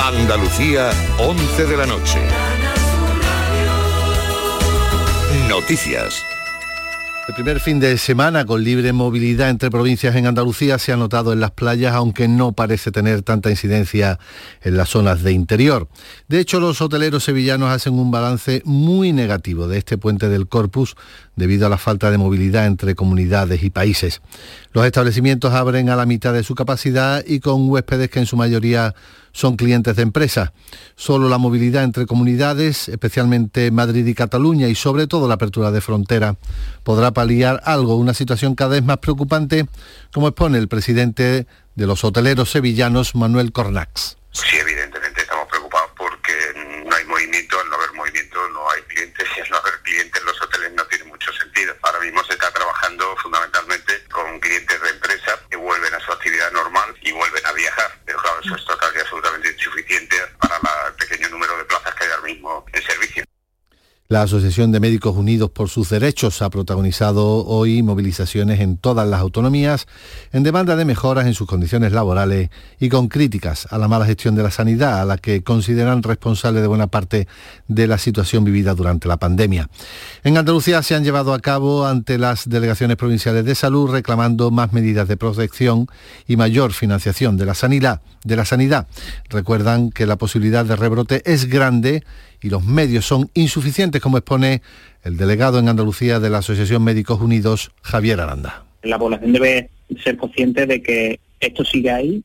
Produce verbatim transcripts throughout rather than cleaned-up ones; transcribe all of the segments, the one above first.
Andalucía, once de la noche. Noticias. El primer fin de semana con libre movilidad entre provincias en Andalucía se ha notado en las playas, aunque no parece tener tanta incidencia en las zonas de interior. De hecho, los hoteleros sevillanos hacen un balance muy negativo de este puente del Corpus debido a la falta de movilidad entre comunidades y países. Los establecimientos abren a la mitad de su capacidad y con huéspedes que en su mayoría son clientes de empresas. Solo la movilidad entre comunidades, especialmente Madrid y Cataluña, y sobre todo la apertura de frontera, podrá paliar algo, una situación cada vez más preocupante, como expone el presidente de los hoteleros sevillanos, Manuel Cornax. Sí, evidentemente estamos preocupados porque no hay movimiento, al no haber movimiento no hay clientes, y al no haber clientes los hoteles no tienen mucho sentido. Ahora mismo se está trabajando fundamentalmente con clientes de empresas que vuelven a su actividad normal y vuelven a viajar, pero claro, eso es total y absolutamente insuficiente para la- el pequeño número de plazas que hay ahora mismo en servicio. La Asociación de Médicos Unidos por sus Derechos ha protagonizado hoy movilizaciones en todas las autonomías en demanda de mejoras en sus condiciones laborales y con críticas a la mala gestión de la sanidad, a la que consideran responsable de buena parte de la situación vivida durante la pandemia. En Andalucía se han llevado a cabo ante las delegaciones provinciales de salud reclamando más medidas de protección y mayor financiación de la sanidad. De la sanidad. Recuerdan que la posibilidad de rebrote es grande y los medios son insuficientes, como expone el delegado en Andalucía de la Asociación Médicos Unidos, Javier Aranda. La población debe ser consciente de que esto sigue ahí,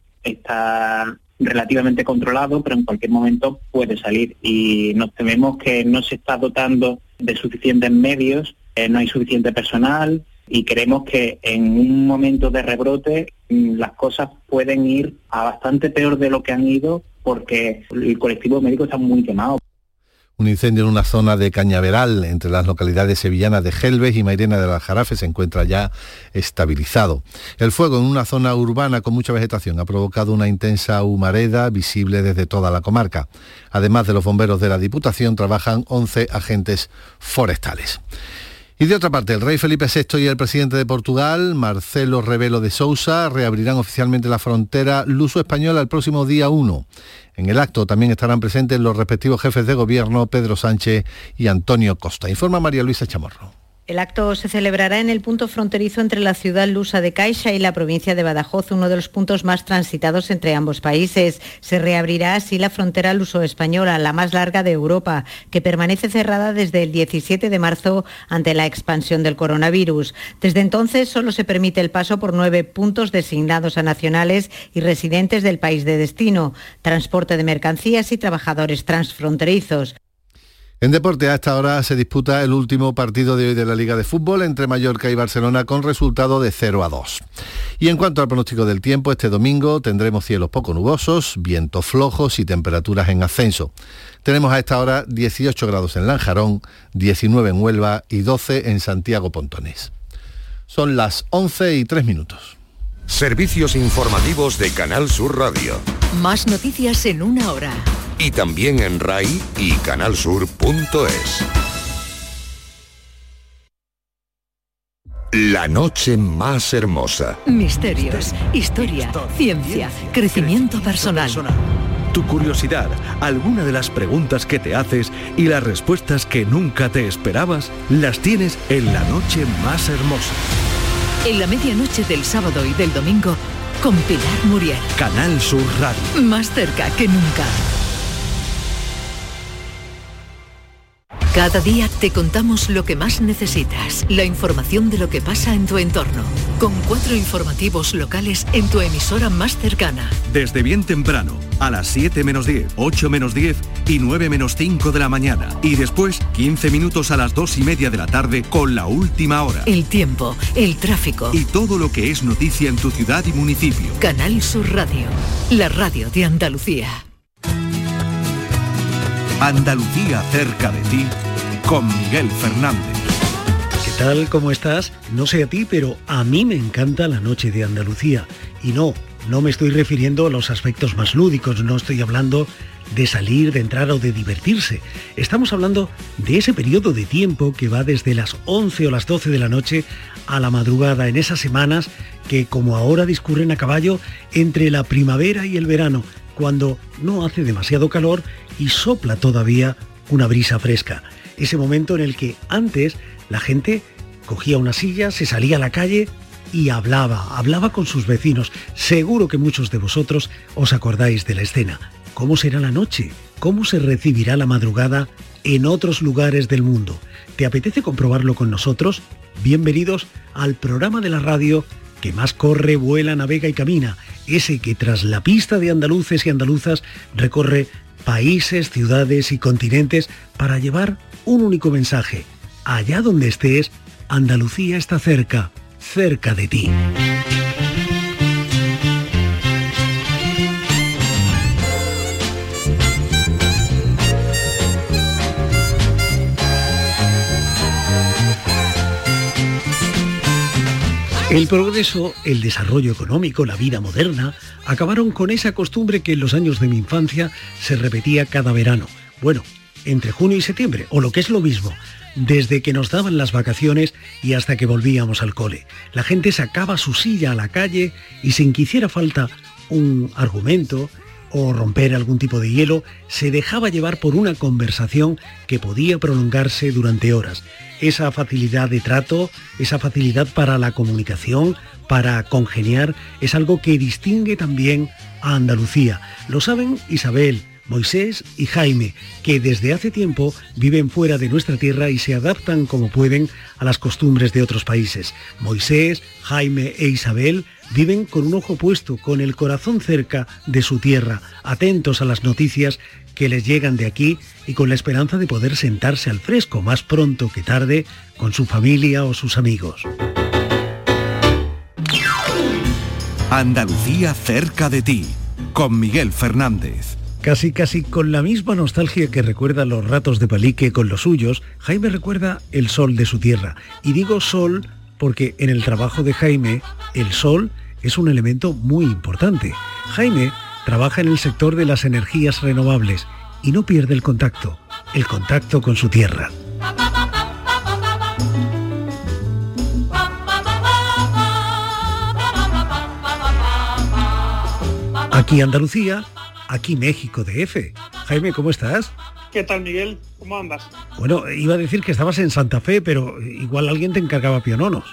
está relativamente controlado, pero en cualquier momento puede salir, y nos tememos que no se está dotando de suficientes medios, eh, no hay suficiente personal, y creemos que en un momento de rebrote mm, las cosas pueden ir a bastante peor de lo que han ido, porque el colectivo médico está muy quemado. Un incendio en una zona de Cañaveral, entre las localidades sevillanas de Gelbes y Mairena del Aljarafe, se encuentra ya estabilizado. El fuego en una zona urbana con mucha vegetación ha provocado una intensa humareda visible desde toda la comarca. Además de los bomberos de la Diputación, trabajan once agentes forestales. Y de otra parte, el rey Felipe sexto y el presidente de Portugal, Marcelo Rebelo de Sousa, reabrirán oficialmente la frontera luso-española el próximo día uno. En el acto también estarán presentes los respectivos jefes de gobierno, Pedro Sánchez y Antonio Costa. Informa María Luisa Chamorro. El acto se celebrará en el punto fronterizo entre la ciudad lusa de Caixa y la provincia de Badajoz, uno de los puntos más transitados entre ambos países. Se reabrirá así la frontera luso-española, la más larga de Europa, que permanece cerrada desde el diecisiete de marzo ante la expansión del coronavirus. Desde entonces solo se permite el paso por nueve puntos designados a nacionales y residentes del país de destino, transporte de mercancías y trabajadores transfronterizos. En deporte, a esta hora se disputa el último partido de hoy de la Liga de Fútbol entre Mallorca y Barcelona con resultado de cero a dos. Y en cuanto al pronóstico del tiempo, este domingo tendremos cielos poco nubosos, vientos flojos y temperaturas en ascenso. Tenemos a esta hora dieciocho grados en Lanjarón, diecinueve en Huelva y doce en Santiago Pontones. Son las once y tres minutos. Servicios informativos de Canal Sur Radio. Más noticias en una hora. Y también en RAI y canalsur punto es. La noche más hermosa. Misterios, historia, ciencia, crecimiento personal. Tu curiosidad, alguna de las preguntas que te haces y las respuestas que nunca te esperabas, las tienes en La noche más hermosa. En la medianoche del sábado y del domingo, con Pilar Muriel. Canal Sur Radio. Más cerca que nunca. Cada día te contamos lo que más necesitas, la información de lo que pasa en tu entorno, con cuatro informativos locales en tu emisora más cercana. Desde bien temprano, a las siete menos diez, ocho menos diez y nueve menos cinco de la mañana. Y después, quince minutos a las dos y media de la tarde con la última hora. El tiempo, el tráfico. Y todo lo que es noticia en tu ciudad y municipio. Canal Sur Radio, la radio de Andalucía. Andalucía cerca de ti, con Miguel Fernández. ¿Qué tal? ¿Cómo estás? No sé a ti, pero a mí me encanta La noche de Andalucía. Y no, no me estoy refiriendo a los aspectos más lúdicos, no estoy hablando de salir, de entrar o de divertirse. Estamos hablando de ese periodo de tiempo que va desde las once o las doce de la noche a la madrugada, en esas semanas que como ahora discurren a caballo entre la primavera y el verano, cuando no hace demasiado calor y sopla todavía una brisa fresca. Ese momento en el que antes la gente cogía una silla, se salía a la calle y hablaba, hablaba con sus vecinos. Seguro que muchos de vosotros os acordáis de la escena. ¿Cómo será la noche? ¿Cómo se recibirá la madrugada en otros lugares del mundo? ¿Te apetece comprobarlo con nosotros? Bienvenidos al programa de la radio que más corre, vuela, navega y camina. Ese que tras la pista de andaluces y andaluzas recorre países, ciudades y continentes para llevar un único mensaje. Allá donde estés, Andalucía está cerca, cerca de ti. El progreso, el desarrollo económico, la vida moderna, acabaron con esa costumbre que en los años de mi infancia se repetía cada verano. Bueno, entre junio y septiembre, o lo que es lo mismo, desde que nos daban las vacaciones y hasta que volvíamos al cole. La gente sacaba su silla a la calle y sin que hiciera falta un argumento o romper algún tipo de hielo, se dejaba llevar por una conversación que podía prolongarse durante horas. Esa facilidad de trato, esa facilidad para la comunicación, para congeniar, es algo que distingue también a Andalucía. Lo saben Isabel, Moisés y Jaime, que desde hace tiempo viven fuera de nuestra tierra y se adaptan como pueden a las costumbres de otros países. Moisés, Jaime e Isabel viven con un ojo puesto, con el corazón cerca de su tierra, atentos a las noticias que les llegan de aquí y con la esperanza de poder sentarse al fresco más pronto que tarde con su familia o sus amigos. Andalucía cerca de ti, con Miguel Fernández. Casi casi con la misma nostalgia que recuerda los ratos de palique con los suyos, Jaime recuerda el sol de su tierra. Y digo sol porque en el trabajo de Jaime, el sol es un elemento muy importante. Jaime trabaja en el sector de las energías renovables y no pierde el contacto, el contacto con su tierra. Aquí Andalucía, aquí México D F. Jaime, ¿cómo estás? ¿Qué tal, Miguel? ¿Cómo andas? Bueno, iba a decir que estabas en Santa Fe, pero igual alguien te encargaba piononos.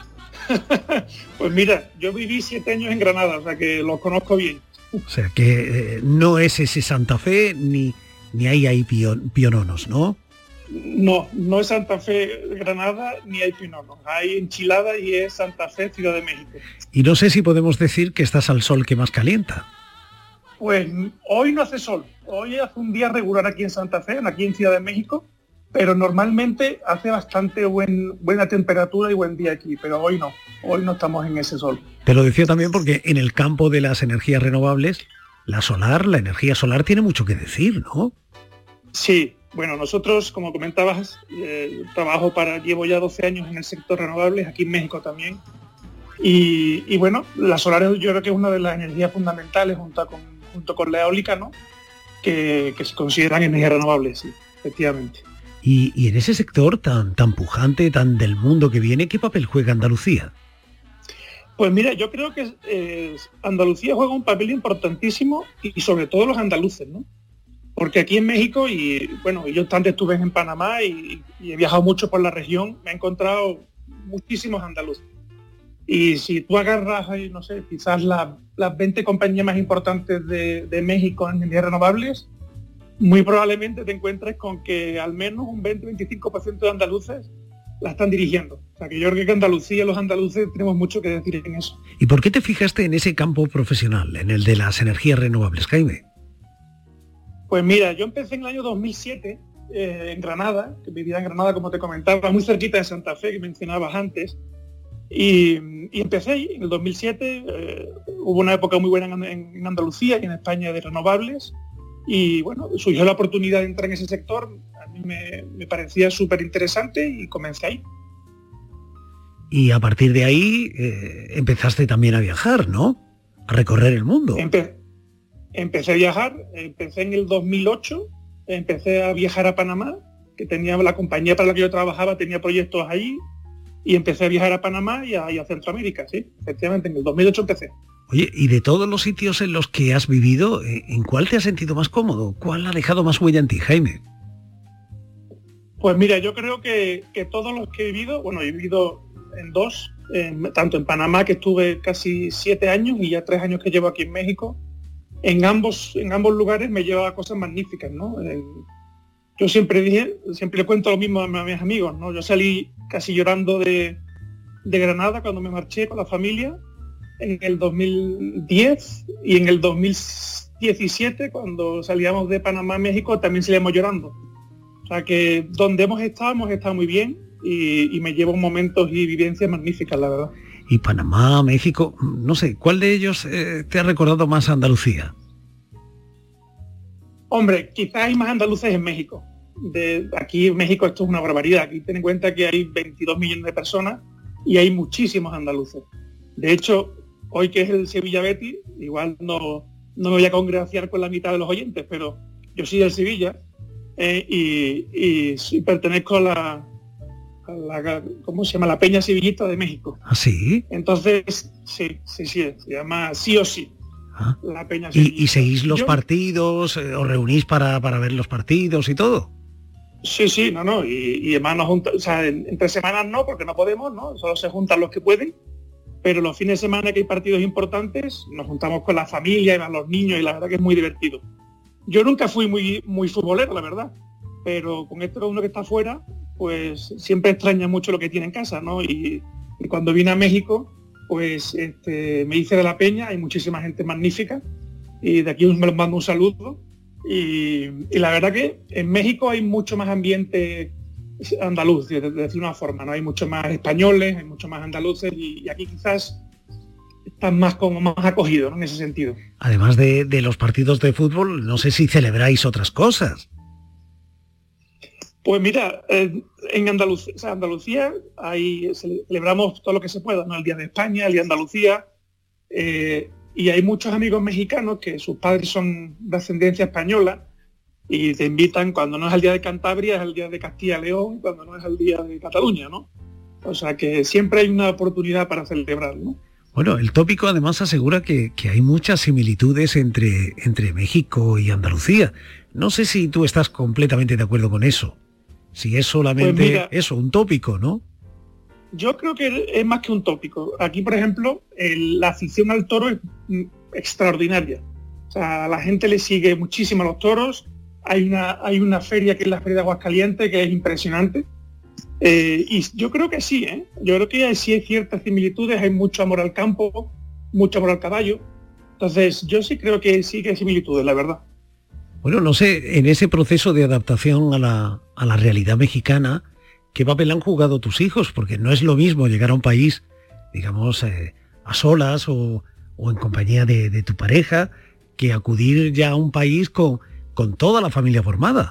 Pues mira, yo viví siete años en Granada, o sea que los conozco bien. O sea que eh, no es ese Santa Fe ni, ni hay ahí pion, piononos, ¿no? No, no es Santa Fe Granada ni hay piononos. Hay enchilada y es Santa Fe Ciudad de México. Y no sé si podemos decir que estás al sol que más calienta. Pues hoy no hace sol, hoy hace un día regular aquí en Santa Fe, aquí en Ciudad de México, pero normalmente hace bastante buen, buena temperatura y buen día aquí, pero hoy no, hoy no estamos en ese sol. Te lo decía también porque en el campo de las energías renovables, la solar, la energía solar tiene mucho que decir, ¿no? Sí, bueno, nosotros, como comentabas, eh, trabajo para, llevo ya doce años en el sector renovables, aquí en México también, y, y bueno, la solar yo creo que es una de las energías fundamentales junto con, junto con la eólica, ¿no? Que, que se consideran energías renovables, sí, efectivamente. Y, y en ese sector tan, tan pujante, tan del mundo que viene, ¿qué papel juega Andalucía? Pues mira, yo creo que eh, Andalucía juega un papel importantísimo y sobre todo los andaluces, ¿no? Porque aquí en México, y bueno, yo antes estuve en Panamá y, y he viajado mucho por la región, me he encontrado muchísimos andaluces. Y si tú agarras, no sé, quizás la, las veinte compañías más importantes de, de México en energías renovables, muy probablemente te encuentres con que al menos un veinte a veinticinco por ciento de andaluces la están dirigiendo. O sea que yo creo que Andalucía, los andaluces, tenemos mucho que decir en eso. ¿Y por qué te fijaste en ese campo profesional, en el de las energías renovables, Jaime? Pues mira, yo empecé en el año dos mil siete eh, en Granada, que vivía en Granada, como te comentaba, muy cerquita de Santa Fe, que mencionabas antes. Y, y empecé ahí, en el dos mil siete, eh, hubo una época muy buena en, en Andalucía y en España de renovables. Y bueno, surgió la oportunidad de entrar en ese sector, a mí me, me parecía súper interesante y comencé ahí. Y a partir de ahí eh, empezaste también a viajar, ¿no? a recorrer el mundo. Empe- empecé a viajar, empecé en el dos mil ocho, empecé a viajar a Panamá, que tenía la compañía para la que yo trabajaba, tenía proyectos ahí, y empecé a viajar a Panamá y a, y a Centroamérica, sí, efectivamente, en el dos mil ocho empecé. Oye, y de todos los sitios en los que has vivido, ¿en cuál te has sentido más cómodo? ¿Cuál ha dejado más huella en ti, Jaime? Pues mira, yo creo que, que todos los que he vivido, bueno, he vivido en dos, en, tanto en Panamá, que estuve casi siete años, y ya tres años que llevo aquí en México, en ambos, en ambos lugares me lleva a cosas magníficas, ¿no? En, yo siempre dije, siempre cuento lo mismo a, a mis amigos, ¿no? Yo salí casi llorando de, de Granada cuando me marché con la familia, en el dos mil diez, y en el dos mil diecisiete, cuando salíamos de Panamá a México, también salíamos llorando. O sea que donde hemos estado, hemos estado muy bien, y, y me llevo momentos y vivencias magníficas, la verdad. Y Panamá, México, no sé, ¿cuál de ellos eh, te ha recordado más a Andalucía? Hombre, quizás hay más andaluces en México. De, aquí en México esto es una barbaridad. Aquí ten en cuenta que hay veintidós millones de personas y hay muchísimos andaluces. De hecho, hoy que es el Sevilla Betis, igual no, no me voy a congraciar con la mitad de los oyentes, pero yo soy del Sevilla eh, y, y, y pertenezco a la, a la, ¿cómo se llama? La Peña Sevillista de México. ¿Ah, sí? Entonces, sí, sí, sí, se llama Sí o Sí. Ah. La Peña ¿Y, ¿Y seguís los yo, partidos? Eh, ¿Os reunís para, para ver los partidos y todo? Sí, sí, no, no, y, y además nos junta, o sea, en, entre semanas no, porque no podemos, ¿no? Solo se juntan los que pueden, pero los fines de semana que hay partidos importantes, nos juntamos con la familia y los niños, y la verdad que es muy divertido. Yo nunca fui muy, muy futbolero, la verdad, pero con esto uno que está afuera, pues siempre extraña mucho lo que tiene en casa, ¿no? Y, y cuando vine a México, pues este, me hice de la Peña, hay muchísima gente magnífica, y de aquí me los mando un saludo. Y, y la verdad que en México hay mucho más ambiente andaluz, de, de decir una forma, ¿no? Hay mucho más españoles, hay mucho más andaluces, y, y aquí quizás están más como más acogidos, ¿no? En ese sentido. Además de, de los partidos de fútbol, no sé si celebráis otras cosas. Pues mira, eh, en Andalucía, o sea, Andalucía hay, celebramos todo lo que se pueda, ¿no? El Día de España, el Día de Andalucía, eh, y hay muchos amigos mexicanos que sus padres son de ascendencia española y te invitan, cuando no es el Día de Cantabria, es el Día de Castilla y León, cuando no es el Día de Cataluña, ¿no? O sea que siempre hay una oportunidad para celebrar, ¿no? Bueno, el tópico además asegura que, que hay muchas similitudes entre, entre México y Andalucía. No sé si tú estás completamente de acuerdo con eso. Si es solamente pues mira, eso, un tópico, ¿no? Yo creo que es más que un tópico. Aquí, por ejemplo, el, la afición al toro es extraordinaria. O sea, a la gente le sigue muchísimo a los toros. Hay una, hay una feria que es la Feria de Aguascalientes, que es impresionante. Eh, y yo creo que sí, ¿eh? Yo creo que sí hay ciertas similitudes, hay mucho amor al campo, mucho amor al caballo. Entonces, yo sí creo que sí que hay similitudes, la verdad. Bueno, no sé, en ese proceso de adaptación a la, a la realidad mexicana, ¿qué papel han jugado tus hijos? Porque no es lo mismo llegar a un país, digamos, eh, a solas o, o en compañía de, de tu pareja, que acudir ya a un país con, con toda la familia formada.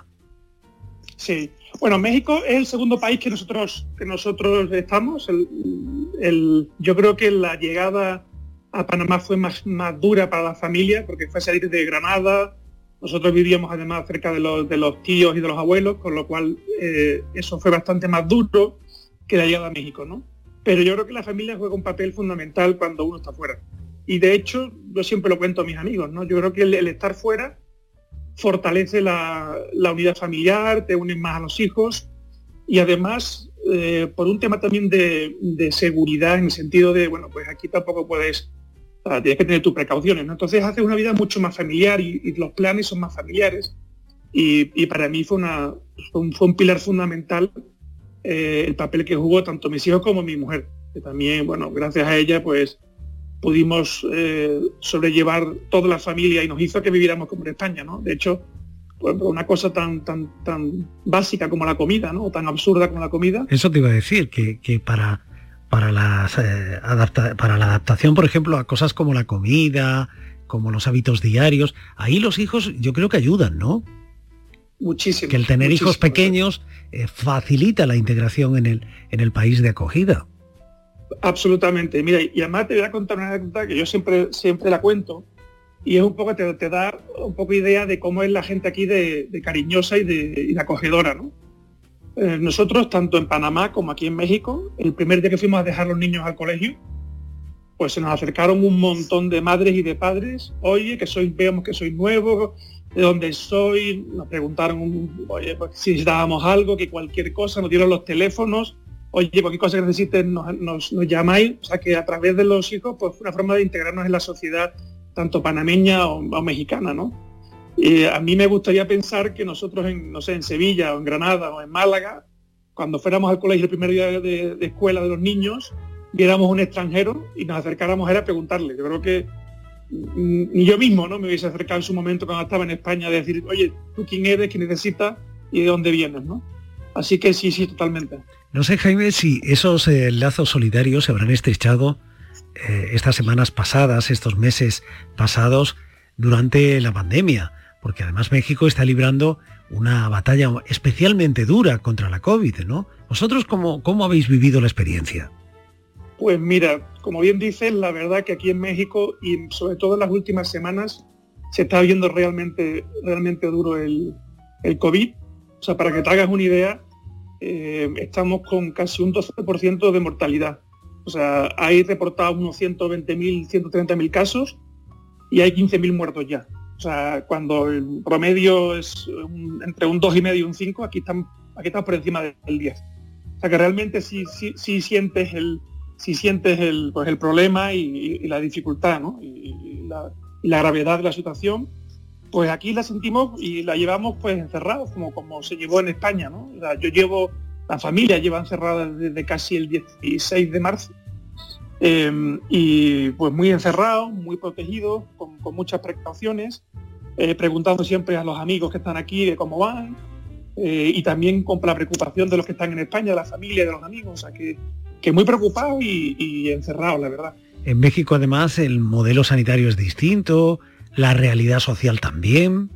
Sí. Bueno, México es el segundo país que nosotros, que nosotros estamos. El, el, yo creo que la llegada a Panamá fue más, más dura para la familia, porque fue salir de Granada. Nosotros vivíamos además cerca de los, de los tíos y de los abuelos, con lo cual eh, eso fue bastante más duro que la llegada a México, ¿no? Pero yo creo que la familia juega un papel fundamental cuando uno está fuera. Y de hecho, yo siempre lo cuento a mis amigos, ¿no? Yo creo que el, el estar fuera fortalece la, la unidad familiar, te unes más a los hijos, y además, eh, por un tema también de, de seguridad, en el sentido de, bueno, pues aquí tampoco puedes... tienes que tener tus precauciones, ¿no? Entonces haces una vida mucho más familiar y, y los planes son más familiares. Y, y para mí fue, una, fue, un, fue un pilar fundamental eh, el papel que jugó tanto mis hijos como mi mujer. Que también, bueno, gracias a ella, pues pudimos eh, sobrellevar toda la familia y nos hizo que viviéramos como en España, ¿no? De hecho, pues, una cosa tan, tan, tan básica como la comida, ¿no? O tan absurda como la comida. Eso te iba a decir, que, que para... Para, las, eh, adapta- para la adaptación, por ejemplo, a cosas como la comida, como los hábitos diarios, ahí los hijos yo creo que ayudan, ¿no? Muchísimo. Que el tener hijos muchísimo. pequeños eh, facilita la integración en el, en el país de acogida. Absolutamente. Mira, y además te voy a contar una anécdota que yo siempre, siempre la cuento, y es un poco, te, te da un poco idea de cómo es la gente aquí de, de cariñosa y de, y de acogedora, ¿no? Eh, nosotros, tanto en Panamá como aquí en México, el primer día que fuimos a dejar a los niños al colegio, pues se nos acercaron un montón de madres y de padres. Oye, que soy, veamos que soy nuevo, de dónde soy, nos preguntaron, oye, pues, si necesitábamos algo, que cualquier cosa, nos dieron los teléfonos, oye, cualquier cosa que necesiten nos, nos, nos llamáis. O sea que a través de los hijos, pues fue una forma de integrarnos en la sociedad, tanto panameña o, o mexicana, ¿no? Y a mí me gustaría pensar que nosotros, en, no sé, en Sevilla o en Granada o en Málaga, cuando fuéramos al colegio el primer día de, de, de escuela de los niños, viéramos un extranjero y nos acercáramos a él a preguntarle. Yo creo que ni yo mismo, ¿no?, me hubiese acercado en su momento cuando estaba en España, de decir, oye, ¿tú quién eres, qué necesitas y de dónde vienes, ¿no? Así que sí, sí, totalmente. No sé, Jaime, si esos eh, lazos solidarios se habrán estrechado eh, estas semanas pasadas, estos meses pasados, durante la pandemia, porque además México está librando una batalla especialmente dura contra la COVID, ¿no? ¿Vosotros cómo, cómo habéis vivido la experiencia? Pues mira, como bien dices, la verdad que aquí en México, y sobre todo en las últimas semanas, se está viendo realmente, realmente duro el, el COVID. O sea, para que te hagas una idea, eh, estamos con casi un doce por ciento de mortalidad. O sea, hay reportados unos ciento veinte mil, ciento treinta mil casos y hay quince mil muertos ya. O sea, cuando el promedio es un, entre un dos coma cinco y un cinco, aquí estamos, aquí estamos por encima del diez. O sea, que realmente sí, sí, sí sientes el... si sientes el, pues el problema y, y la dificultad, ¿no? y, y, la, y la gravedad de la situación, pues aquí la sentimos y la llevamos pues encerrados, como, como se llevó en España, ¿no? O sea, yo llevo, la familia lleva encerrada desde casi el dieciséis de marzo, eh, y pues muy encerrados, muy protegidos, con, con muchas precauciones, eh, preguntando siempre a los amigos que están aquí de cómo van, eh, y también con la preocupación de los que están en España, de la familia, de los amigos, o sea que que muy preocupado y, y encerrado, la verdad. En México, además, el modelo sanitario es distinto, la realidad social también.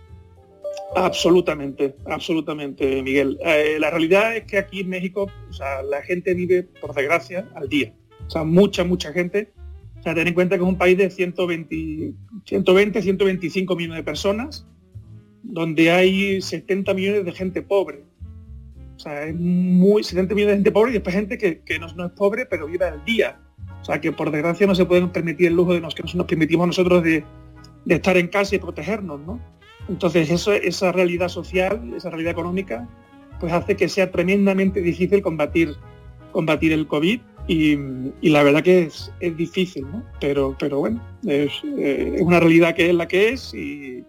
Absolutamente, absolutamente, Miguel. Eh, la realidad es que aquí en México, o sea, la gente vive, por desgracia, al día. O sea, mucha, mucha gente. O sea, ten en cuenta que es un país de ciento veinte, ciento veinte, ciento veinticinco millones de personas, donde hay setenta millones de gente pobre. O sea, es muy setenta millones de gente pobre y después gente que, que no, no es pobre, pero vive al día. O sea, que por desgracia no se pueden permitir el lujo de los que nos permitimos nosotros de, de estar en casa y protegernos, ¿no? Entonces, eso, esa realidad social, esa realidad económica, pues hace que sea tremendamente difícil combatir, combatir el COVID y, y la verdad que es, es difícil, ¿no? Pero, pero bueno, es, eh, es una realidad que es la que es y...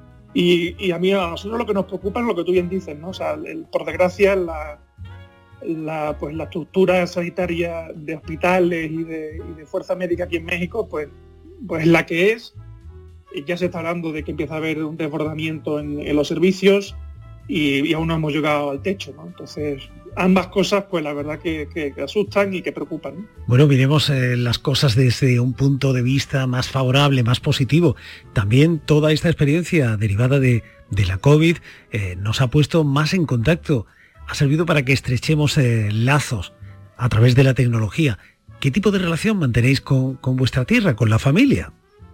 Y, y a mí, a nosotros lo que nos preocupa es lo que tú bien dices, ¿no? O sea, el, por desgracia, la, la, pues, la estructura sanitaria de hospitales y de, y de fuerza médica aquí en México, pues, pues la que es. Ya se está hablando de que empieza a haber un desbordamiento en, en los servicios y, y aún no hemos llegado al techo, ¿no? Entonces, ambas cosas, pues la verdad que, que, que asustan y que preocupan, ¿no? Bueno, miremos eh, las cosas desde un punto de vista más favorable, más positivo. También toda esta experiencia derivada de, de la COVID eh, nos ha puesto más en contacto, ha servido para que estrechemos eh, lazos a través de la tecnología. ¿Qué tipo de relación mantenéis con, con vuestra tierra, con la familia?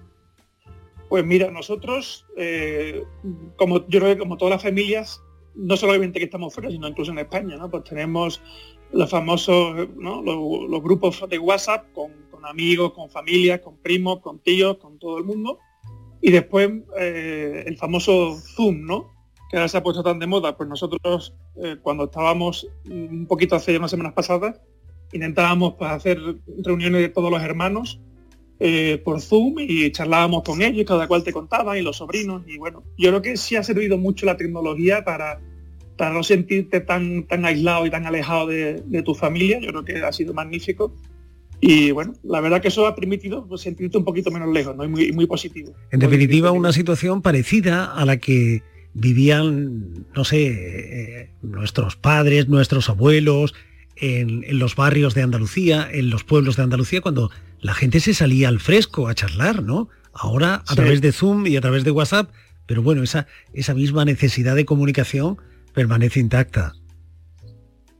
Pues mira, nosotros, eh, como yo creo que como todas las familias, no solamente que estamos fuera, sino incluso en España, ¿no? Pues tenemos los famosos, ¿no? los, los grupos de WhatsApp con, con amigos, con familias, con primos, con tíos, con todo el mundo. Y después eh, el famoso Zoom, ¿no? Que ahora se ha puesto tan de moda. Pues nosotros, eh, cuando estábamos un poquito hace unas semanas pasadas, intentábamos pues, hacer reuniones de todos los hermanos eh, por Zoom y charlábamos con ellos, cada cual te contaba y los sobrinos. Y bueno, yo creo que sí ha servido mucho la tecnología para, para no sentirte tan, tan aislado y tan alejado de, de tu familia. Yo creo que ha sido magnífico. Y bueno, la verdad que eso ha permitido pues, sentirte un poquito menos lejos, ¿no? Y muy, muy positivo. En definitiva, una situación parecida a la que vivían, no sé, eh, nuestros padres, nuestros abuelos, en, en los barrios de Andalucía, en los pueblos de Andalucía, cuando la gente se salía al fresco a charlar, ¿no? Ahora a sí. través de Zoom y a través de WhatsApp, pero bueno, esa, esa misma necesidad de comunicación permanece intacta.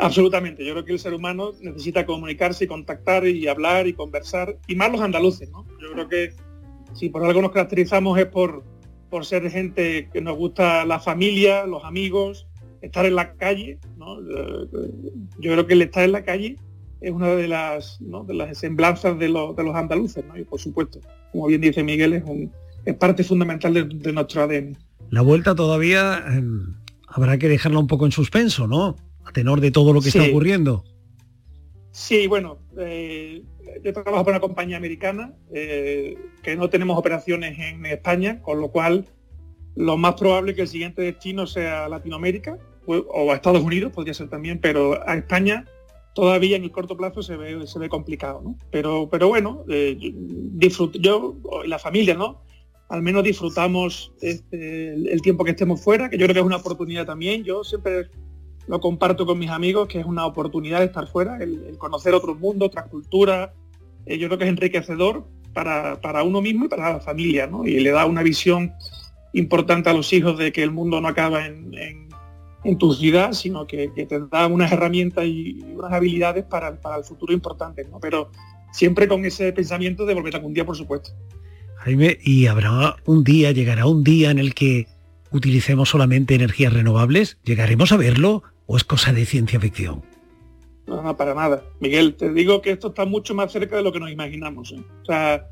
Absolutamente, yo creo que el ser humano necesita comunicarse y contactar y hablar y conversar, y más los andaluces, ¿no? Yo creo que si por algo nos caracterizamos es por, por ser gente que nos gusta la familia, los amigos, estar en la calle, ¿no? Yo creo que el estar en la calle es una de las, ¿no?, de las semblanzas de, lo, de los andaluces, ¿no? Y por supuesto, como bien dice Miguel, es, un, es parte fundamental de, de nuestro A D N. La vuelta todavía eh, habrá que dejarla un poco en suspenso, ¿no? A tenor de todo lo que sí está ocurriendo. Sí, bueno, eh, yo trabajo para una compañía americana, eh, que no tenemos operaciones en España, con lo cual lo más probable es que el siguiente destino sea Latinoamérica, o a Estados Unidos, podría ser también, pero a España todavía en el corto plazo se ve, se ve complicado, ¿no? Pero, pero bueno, eh, disfruto, yo y la familia, ¿no? Al menos disfrutamos este, el, el tiempo que estemos fuera, que yo creo que es una oportunidad también. Yo siempre lo comparto con mis amigos, que es una oportunidad de estar fuera, el, el conocer otro mundo, otras culturas. Eh, yo creo que es enriquecedor para, para uno mismo y para la familia, ¿no? Y le da una visión importante a los hijos de que el mundo no acaba en, en, en tu ciudad, sino que, que te da unas herramientas y unas habilidades para, para el futuro importantes, ¿no? Pero siempre con ese pensamiento de volver algún día, por supuesto. Jaime, ¿y habrá un día, llegará un día en el que utilicemos solamente energías renovables? ¿Llegaremos a verlo o es cosa de ciencia ficción? No, no, para nada. Miguel, te digo que esto está mucho más cerca de lo que nos imaginamos, ¿eh? O sea,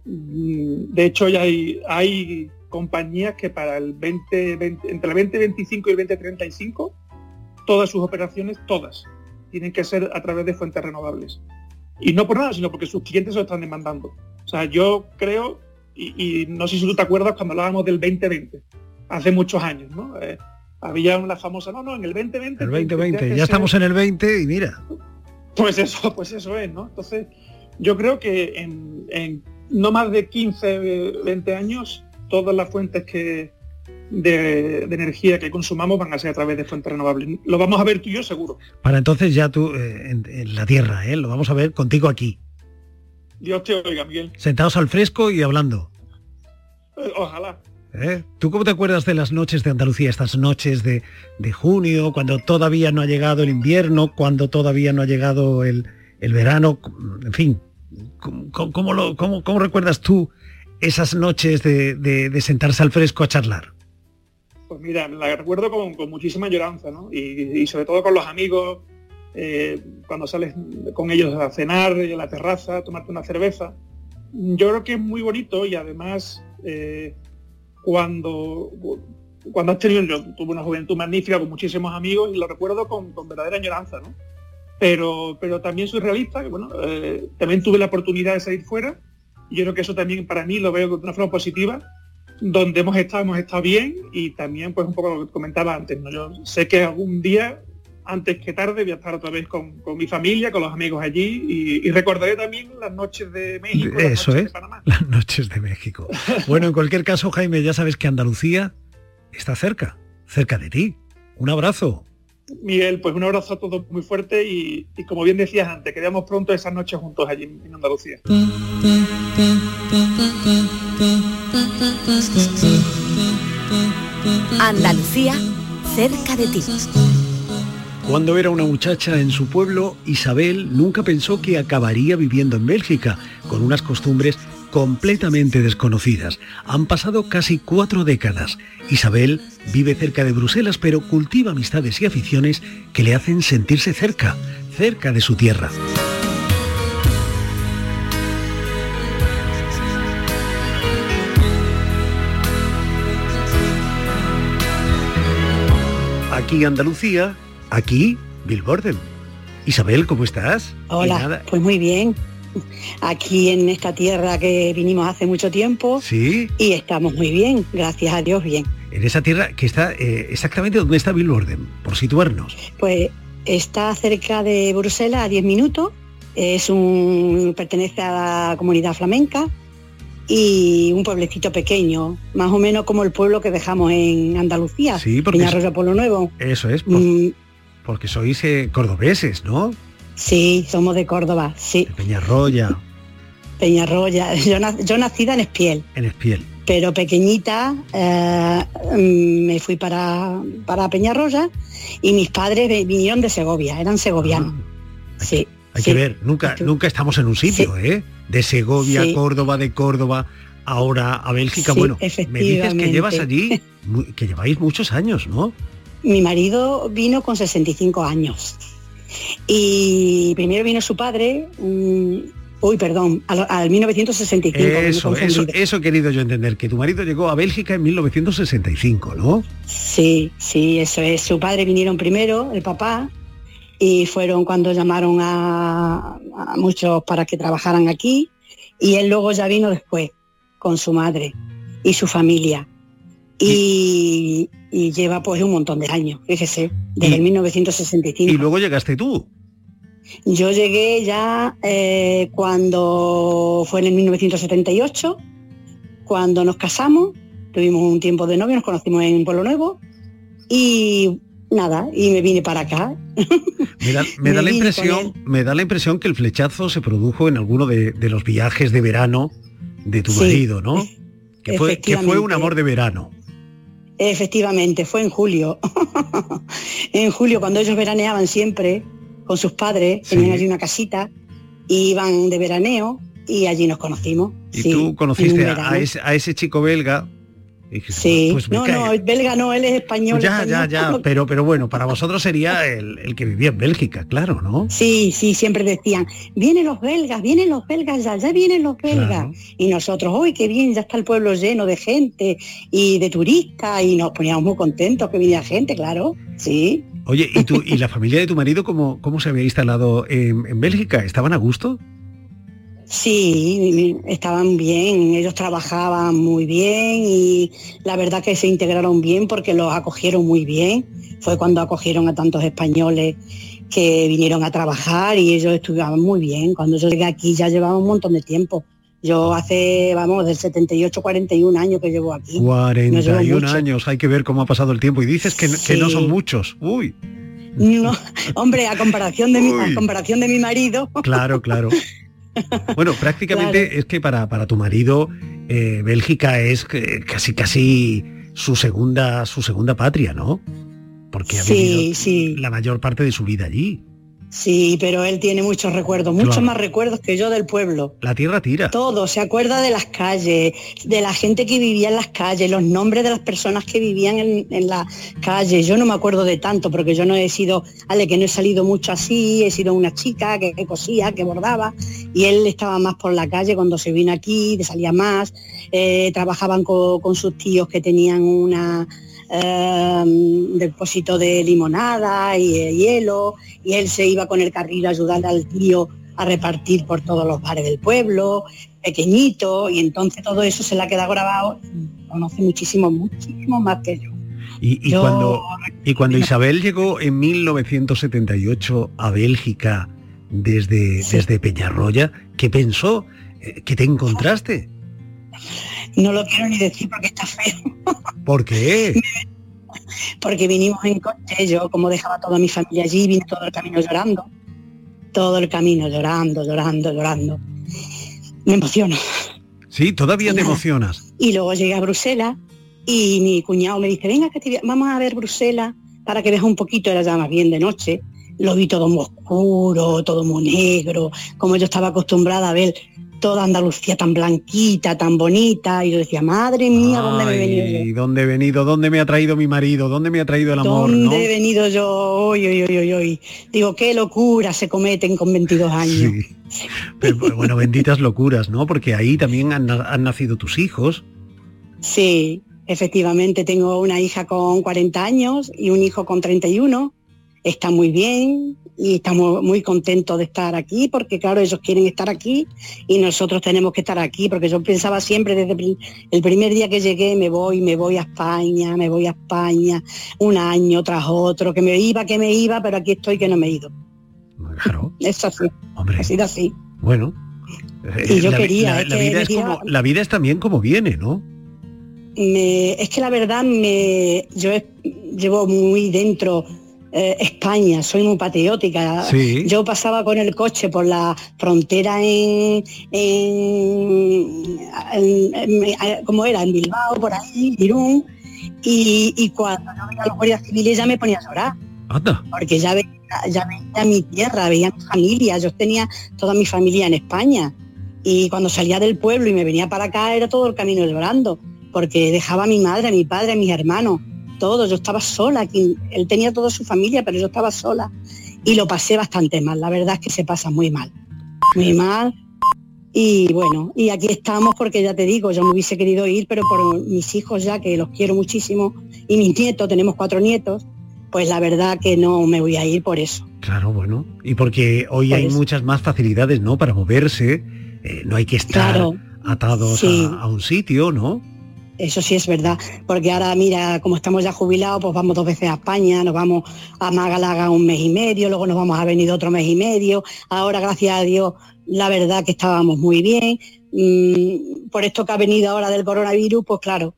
de hecho ya hay, hay compañías que para el veinte, veinte, entre el veinte veinticinco y el veinte treinta y cinco, todas sus operaciones, todas, tienen que ser a través de fuentes renovables. Y no por nada, sino porque sus clientes lo están demandando. O sea, yo creo, y, y no sé si tú te acuerdas cuando hablábamos del veinte veinte, hace muchos años, ¿no? Eh, había una famosa, no, no, en el veinte veinte... El veinte veinte, ya ser... estamos en el veinte y mira. Pues eso, pues eso es, ¿no? Entonces, yo creo que en, en no más de quince, veinte años, todas las fuentes que de, de energía que consumamos van a ser a través de fuentes renovables. Lo vamos a ver tú y yo seguro. Para entonces ya tú, eh, en, en la Tierra, ¿eh? Lo vamos a ver contigo aquí. Dios te oiga, Miguel. Sentados al fresco y hablando. Eh, ojalá. ¿Eh? ¿Tú cómo te acuerdas de las noches de Andalucía, estas noches de, de junio, cuando todavía no ha llegado el invierno, cuando todavía no ha llegado el, el verano? En fin, ¿cómo, cómo, lo, cómo, cómo recuerdas tú esas noches de, de, de sentarse al fresco a charlar? Pues mira, la recuerdo con, con muchísima lloranza, ¿no? Y, y sobre todo con los amigos, eh, cuando sales con ellos a cenar en la terraza, a tomarte una cerveza. Yo creo que es muy bonito y además... Eh, Cuando, cuando has tenido, yo tuve una juventud magnífica con muchísimos amigos y lo recuerdo con, con verdadera añoranza, ¿no? Pero, pero también soy realista, que bueno, eh, también tuve la oportunidad de salir fuera y yo creo que eso también para mí lo veo de una forma positiva, donde hemos estado, hemos estado bien y también pues un poco lo que comentaba antes, ¿no? Yo sé que algún día, antes que tarde, voy a estar otra vez con, con mi familia, con los amigos allí y, y recordaré también las noches de México, Eso las noches es, de Panamá. Las noches de México. Bueno, en cualquier caso, Jaime, ya sabes que Andalucía está cerca, cerca de ti. Un abrazo. Miguel, pues un abrazo a todos muy fuerte y, y como bien decías antes, que veamos pronto esas noches juntos allí en, en Andalucía. Andalucía, cerca de ti. Cuando era una muchacha en su pueblo, Isabel nunca pensó que acabaría viviendo en Bélgica, con unas costumbres completamente desconocidas. Han pasado casi cuatro décadas. Isabel vive cerca de Bruselas, pero cultiva amistades y aficiones que le hacen sentirse cerca, cerca de su tierra. Aquí Andalucía, aquí Bilborden. Isabel, ¿cómo estás? Hola, pues muy bien. Aquí en esta tierra que vinimos hace mucho tiempo. Sí. Y estamos muy bien, gracias a Dios, bien. En esa tierra que está eh, exactamente donde está Bilborden, por situarnos. Pues está cerca de Bruselas, a diez minutos. Es un pertenece a la comunidad flamenca y un pueblecito pequeño, más o menos como el pueblo que dejamos en Andalucía, sí, porque Peñarroya, Pueblo Nuevo. Eso es, por, mm. porque sois eh, cordobeses, ¿no? Sí, somos de Córdoba, sí. De Peñarroya. Peñarroya, yo, yo nacida en Espiel. En Espiel. pero pequeñita eh, me fui para, para Peñarroya y mis padres vinieron de Segovia, eran segovianos. Ah, sí. Hay sí. que ver, nunca, nunca estamos en un sitio, sí. ¿eh? De Segovia, sí. Córdoba, de Córdoba, ahora a Bélgica. Sí, bueno, me dices que llevas allí, que lleváis muchos años, ¿no? Mi marido vino con sesenta y cinco años. Y primero vino su padre, um, uy, perdón, al, al mil novecientos sesenta y cinco. Eso, eso, eso he querido yo entender, que tu marido llegó a Bélgica en mil novecientos sesenta y cinco, ¿no? Sí, sí, eso es. Su padre vinieron primero, el papá, y fueron cuando llamaron a, a muchos para que trabajaran aquí, y él luego ya vino después, con su madre y su familia. Y, y lleva pues un montón de años, fíjese, desde el mil novecientos sesenta y cinco. ¿Y luego llegaste tú? Yo llegué ya eh, cuando fue en el mil novecientos setenta y ocho, cuando nos casamos, tuvimos un tiempo de novio, nos conocimos en Pueblo Nuevo y nada, y me vine para acá. Me da, me me da la impresión, me da la impresión que el flechazo se produjo en alguno de, de los viajes de verano de tu sí, marido, ¿no? Que fue, que fue un amor de verano. Efectivamente, fue en julio. En julio, cuando ellos veraneaban siempre con sus padres, sí. Tenían allí una casita, y iban de veraneo y allí nos conocimos. ¿Y sí, tú conociste a ese, a ese chico belga? Dijiste, sí, pues no, no, el belga no, él es español. Ya, español. ya, ya, pero, pero bueno, para vosotros sería el, el que vivía en Bélgica, claro, ¿no? Sí, sí, siempre decían, vienen los belgas, vienen los belgas ya, ya vienen los belgas. Claro. Y nosotros, uy, qué bien, ya está el pueblo lleno de gente y de turistas, y nos poníamos muy contentos que viniera gente, claro, sí. Oye, ¿y tú y la familia de tu marido cómo, cómo se había instalado en, en Bélgica? ¿Estaban a gusto? Sí, estaban bien, ellos trabajaban muy bien y la verdad que se integraron bien porque los acogieron muy bien. Fue cuando acogieron a tantos españoles que vinieron a trabajar y ellos estuvieron muy bien. Cuando yo llegué aquí ya llevaba un montón de tiempo. Yo hace, vamos, del setenta y ocho, cuarenta y un años que llevo aquí. cuarenta y un años, hay que ver cómo ha pasado el tiempo. Y dices que, sí. que no son muchos. Uy. No, hombre, a comparación de mi, a comparación de mi marido. Claro, claro. Bueno, prácticamente claro. Es que para, para tu marido eh, Bélgica es casi casi su segunda su segunda patria, ¿no? Porque ha sí, vivido sí. la mayor parte de su vida allí. Sí, pero él tiene muchos recuerdos, muchos claro. más recuerdos que yo del pueblo. La tierra tira. Todo, se acuerda de las calles, de la gente que vivía en las calles, los nombres de las personas que vivían en, en las calles. Yo no me acuerdo de tanto, porque yo no he sido, ale, que no he salido mucho así, he sido una chica que, que cosía, que bordaba, y él estaba más por la calle cuando se vino aquí, salía más, eh, trabajaban con, con sus tíos que tenían una... Um, depósito de limonada y de hielo, y él se iba con el carril a ayudar al tío a repartir por todos los bares del pueblo, pequeñito, y entonces todo eso se le ha quedado grabado. Conoce muchísimo, muchísimo más que yo. Y, y, yo... Cuando, y cuando Isabel llegó en mil novecientos setenta y ocho a Bélgica desde, sí. desde Peñarroya, ¿qué pensó? ¿Qué te encontraste? No lo quiero ni decir porque está feo. ¿Por qué? Porque vinimos en coche, yo como dejaba toda mi familia allí, vine todo el camino llorando. Todo el camino llorando, llorando, llorando. Me emociono. Sí, todavía te emocionas. Y luego llegué a Bruselas y mi cuñado me dice, venga, que te... vamos a ver Bruselas para que veas un poquito, era ya más bien de noche. Lo vi todo muy oscuro, todo muy negro, como yo estaba acostumbrada a ver toda Andalucía tan blanquita, tan bonita, y yo decía, madre mía, ¿dónde me he venido yo? ¿Dónde he venido? ¿Dónde me ha traído mi marido? ¿Dónde me ha traído el amor? ¿Dónde ¿no? he venido yo? Oy, oy, oy, oy. Digo, qué locuras se cometen con veintidós años. Sí. Pero, bueno, benditas locuras, ¿no? Porque ahí también han, han nacido tus hijos. Sí, efectivamente, tengo una hija con cuarenta años y un hijo con treinta y uno. Está muy bien y estamos muy contentos de estar aquí porque claro, ellos quieren estar aquí y nosotros tenemos que estar aquí, porque yo pensaba siempre desde el primer día que llegué, me voy, me voy a España, me voy a España, un año tras otro, que me iba, que me iba, pero aquí estoy que no me he ido. Claro. Es así, hombre, ha sido así. Bueno, y yo la, quería, la, es la, que vida es diga, como, la vida es también como viene, ¿no? Me, es que la verdad, me, yo es, llevo muy dentro eh, España, soy muy patriótica. Sí. Yo pasaba con el coche por la frontera en, en, en, en, en ¿cómo era? En Bilbao, por ahí, Irún, y, y cuando yo veía a los guardias civiles ya me ponía a llorar. Anda. Porque ya veía, ya veía mi tierra, veía mi familia, yo tenía toda mi familia en España. Y cuando salía del pueblo y me venía para acá era todo el camino llorando, porque dejaba a mi madre, a mi padre, a mis hermanos, todos, yo estaba sola, aquí, él tenía toda su familia, pero yo estaba sola y lo pasé bastante mal, la verdad es que se pasa muy mal, muy mal. Y bueno, y aquí estamos porque ya te digo, yo me hubiese querido ir, pero por mis hijos ya, que los quiero muchísimo, y mis nietos, tenemos cuatro nietos, pues la verdad que no me voy a ir por eso. Claro, bueno, y porque hoy Por hay eso. muchas más facilidades, ¿no?, para moverse, eh, no hay que estar Claro, atados sí. a, a un sitio, ¿no? Eso sí es verdad, porque ahora mira, como estamos ya jubilados, pues vamos dos veces a España, nos vamos a Málaga un mes y medio, luego nos vamos a venir otro mes y medio, ahora gracias a Dios, la verdad que estábamos muy bien, mm, por esto que ha venido ahora del coronavirus, pues claro,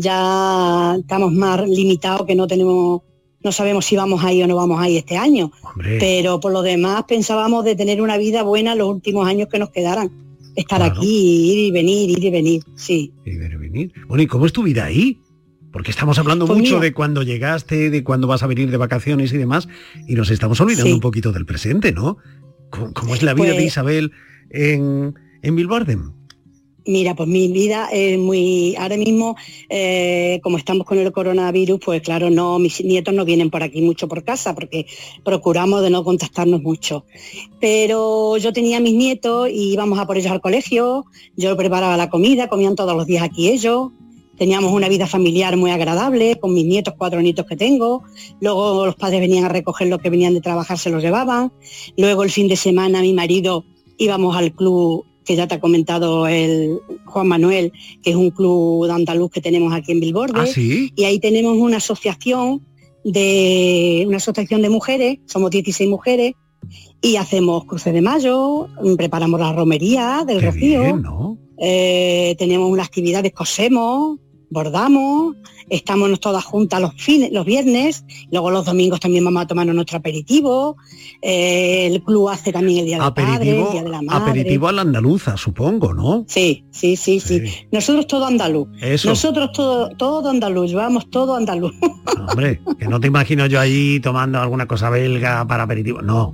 ya estamos más limitados, que no tenemos, no sabemos si vamos ahí o no vamos ahí este año, Hombre. pero por lo demás pensábamos de tener una vida buena los últimos años que nos quedaran, estar Claro. aquí, ir y venir, ir y venir, sí. Y de venir. Bueno, ¿y cómo es tu vida ahí? Porque estamos hablando Pues mucho mira. de cuando llegaste, de cuándo vas a venir de vacaciones y demás, y nos estamos olvidando Sí. un poquito del presente, ¿no? ¿Cómo, cómo es la vida Pues- de Isabel en, en Bilbardem? Mira, pues mi vida es muy... Ahora mismo, eh, como estamos con el coronavirus, pues claro, no, mis nietos no vienen por aquí mucho por casa, porque procuramos de no contactarnos mucho. Pero yo tenía a mis nietos y íbamos a por ellos al colegio, yo preparaba la comida, comían todos los días aquí ellos, teníamos una vida familiar muy agradable, con mis nietos, cuatro nietos que tengo, luego los padres venían a recoger lo que venían de trabajar, se los llevaban, luego el fin de semana mi marido íbamos al club, que ya te ha comentado el Juan Manuel, que es un club de andaluz que tenemos aquí en Bilborde. ¿Ah, sí? Y ahí tenemos una asociación de una asociación de mujeres, somos dieciséis mujeres, y hacemos cruces de mayo, preparamos la romería del Qué Rocío, bien, ¿no? eh, tenemos unas actividades, cosemos, bordamos, estamos todas juntas los fines, los viernes, luego los domingos también vamos a tomarnos nuestro aperitivo, eh, el club hace también el Día del Padre, Aperitivo, el Día de la Madre. aperitivo a la andaluza, supongo, ¿no? Sí, sí, sí, sí, Sí. Nosotros todo andaluz. Eso. Nosotros todo, todo andaluz, llevamos todo andaluz. Hombre, que no te imagino yo ahí tomando alguna cosa belga para aperitivo. No.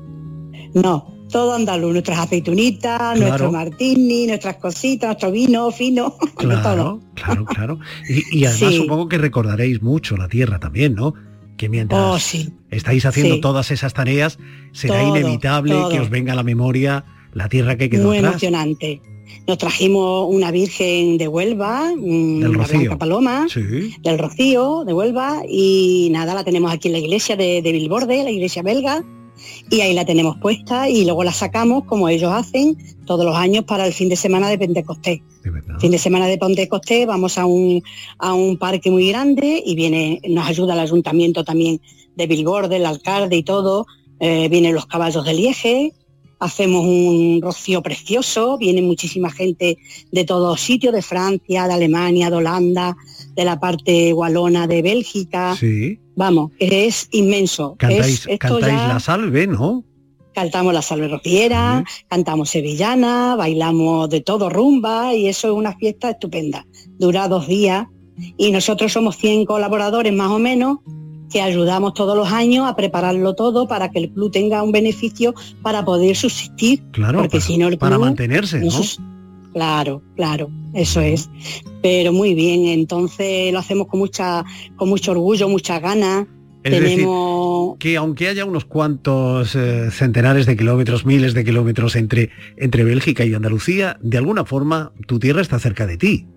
No, todo andaluz, nuestras aceitunitas, Claro. nuestro martini, nuestras cositas, nuestro vino fino, de todo. Claro, claro, claro. Y, y además Sí. supongo que recordaréis mucho la tierra también, ¿no? Que mientras Oh, sí. estáis haciendo Sí. todas esas tareas, será Todo, inevitable todo. que os venga a la memoria la tierra que quedó Muy atrás. emocionante. Nos trajimos una virgen de Huelva, mm, Del la Rocío. Blanca Paloma, Sí. del Rocío, de Huelva, y nada, la tenemos aquí en la iglesia de, de Bilborde, la iglesia belga, y ahí la tenemos puesta y luego la sacamos, como ellos hacen, todos los años para el fin de semana de Pentecostés. De verdad. Fin de semana de Pentecostés vamos a un, a un parque muy grande y viene, nos ayuda el ayuntamiento también de Bilborde, el alcalde y todo, eh, vienen los caballos de Liege, hacemos un rocío precioso, viene muchísima gente de todos sitios, de Francia, de Alemania, de Holanda, de la parte walona de Bélgica, Sí. vamos, es inmenso. Cantáis, Es- esto cantáis ya- la salve, ¿no? Cantamos la salve rociera, cantamos sevillana, bailamos de todo, rumba, y eso es una fiesta estupenda. Dura dos días y nosotros somos cien colaboradores más o menos que ayudamos todos los años a prepararlo todo para que el club tenga un beneficio para poder subsistir. Claro, porque para, si no el para club mantenerse, ¿no? no sus- Claro, claro, eso es. Pero muy bien, entonces lo hacemos con mucha, con mucho orgullo, muchas ganas. Es decir, Tenemos que aunque haya unos cuantos eh, centenares de kilómetros, miles de kilómetros entre, entre Bélgica y Andalucía, de alguna forma tu tierra está cerca de ti.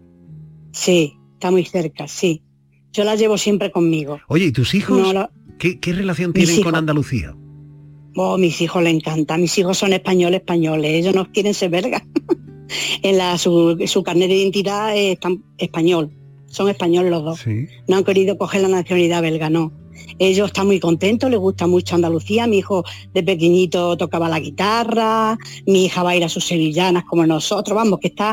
Sí, está muy cerca, sí. Yo la llevo siempre conmigo. Oye, ¿y tus hijos? No, la- ¿Qué, qué relación Mis tienen con hijos. Andalucía? Oh, mis hijos les encanta. Mis hijos son españoles, españoles. Ellos no quieren ser belgas. en la, su, su carnet de identidad es tan- español. Son españoles los dos. Sí. No han querido coger la nacionalidad belga, no. Ellos están muy contentos, les gusta mucho Andalucía. Mi hijo de pequeñito tocaba la guitarra, mi hija va a ir a sus sevillanas como nosotros. Vamos, que está,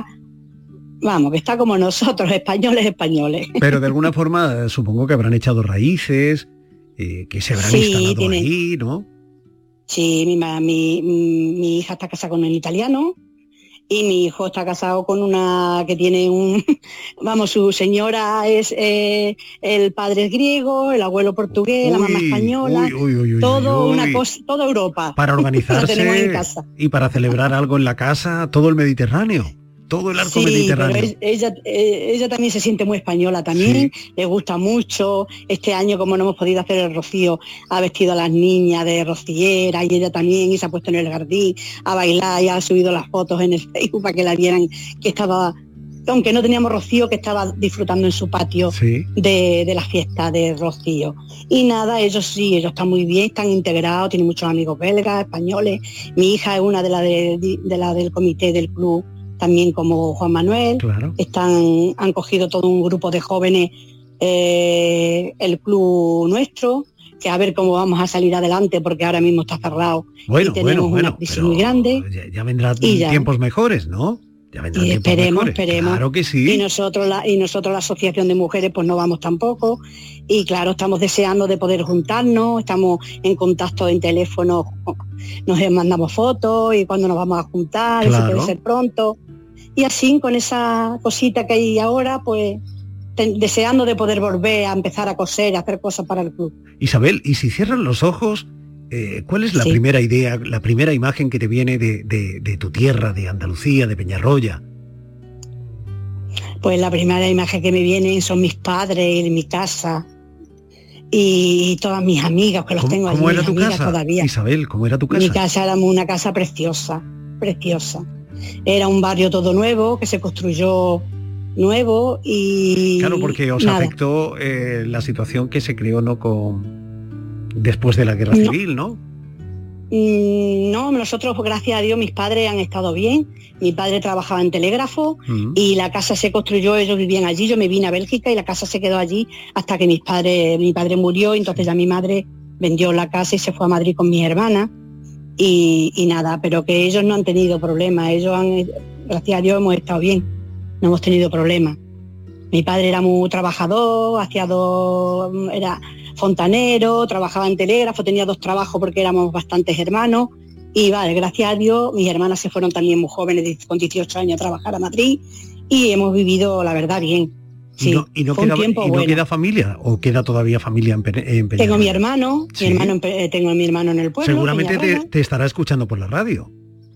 vamos, que está como nosotros, españoles, españoles. Pero de alguna forma eh, supongo que habrán echado raíces eh, que se habrán Sí, instalado tiene- ahí, ¿no? Sí, mi, ma- mi, mi hija está casada con un italiano y mi hijo está casado con una que tiene un... Vamos, su señora es... eh, el padre es griego, el abuelo portugués, la mamá Uy, española, uy, uy, uy, uy, todo uy, una uy. cosa, toda Europa. Para La tenemos en organizarse casa. y para celebrar algo en la casa, todo el Mediterráneo, todo el arco Sí, pero mediterráneo. es- ella, eh, ella también se siente muy española también, le gusta mucho. Este año, como no hemos podido hacer el rocío, ha vestido a las niñas de rociera y ella también, y se ha puesto en el jardín a bailar y ha subido las fotos en el Facebook para que la vieran que estaba, aunque no teníamos rocío, que estaba disfrutando en su patio Sí. de, de la fiesta de rocío. Y nada, ellos sí, ellos están muy bien, están integrados, tienen muchos amigos belgas, españoles. Mi hija es una de las de, de la del comité del club, también como Juan Manuel. Claro. Están, han cogido todo un grupo de jóvenes, eh, el club nuestro, que a ver cómo vamos a salir adelante, porque ahora mismo está cerrado Bueno, y tenemos bueno, bueno, una crisis pero muy grande. Ya, ya vendrán Y ya. tiempos mejores, ¿no? Ya vendrán Y tiempos esperemos, mejores. esperemos. Claro que sí. Y nosotros, la, y nosotros la asociación de mujeres pues no vamos tampoco. Y claro, estamos deseando de poder juntarnos, estamos en contacto en teléfono, nos mandamos fotos y cuando nos vamos a juntar, y si Claro. puede ser pronto. Y así, con esa cosita que hay ahora, pues te- deseando de poder volver a empezar a coser, a hacer cosas para el club. Isabel, y si cierran los ojos, eh, ¿cuál es la Sí. primera idea, la primera imagen que te viene de, de- de tu tierra, de Andalucía, de Peñarroya? Pues la primera imagen que me viene son mis padres en mi casa y todas mis amigas, que los ¿Cómo, tengo allí, cómo era mis tu amigas casa? todavía. Isabel, ¿cómo era tu casa? Mi casa era una casa preciosa, preciosa. Era un barrio todo nuevo, que se construyó nuevo y... Claro, porque os nada. afectó eh, la situación que se creó, ¿no? Con después de la guerra No. civil, ¿no? Mm, No, nosotros, gracias a Dios, mis padres han estado bien. Mi padre trabajaba en telégrafo Mm. y la casa se construyó, ellos vivían allí, yo me vine a Bélgica y la casa se quedó allí hasta que mis padres, mi padre murió, y entonces ya mi madre vendió la casa y se fue a Madrid con mis hermanas y, y nada, pero que ellos no han tenido problemas, ellos han, gracias a Dios hemos estado bien, no hemos tenido problemas. Mi padre era muy trabajador, hacía dos, era fontanero, trabajaba en telégrafo, tenía dos trabajos porque éramos bastantes hermanos. Y vale, gracias a Dios, mis hermanas se fueron también muy jóvenes, con dieciocho años, a trabajar a Madrid y hemos vivido, la verdad, bien. Sí, ¿Y no, y no fue un queda, tiempo y no bueno. queda familia? ¿O queda todavía familia en, Pe- en Peñarroya? Tengo mi hermano, Sí. mi hermano en Pe- eh, tengo a mi hermano en el pueblo. Seguramente te, Peñarroya. te estará escuchando por la radio.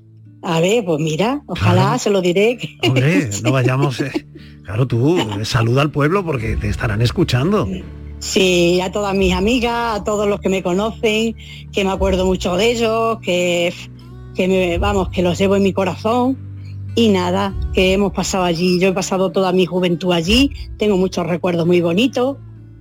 A ver, pues mira, ojalá, Claro. se lo diré. que- Hombre, no vayamos... eh, claro, tú, eh, saluda al pueblo porque te estarán escuchando. Sí, a todas mis amigas, a todos los que me conocen, que me acuerdo mucho de ellos, que, que me, vamos, que los llevo en mi corazón. Y nada, que hemos pasado allí, yo he pasado toda mi juventud allí, tengo muchos recuerdos muy bonitos.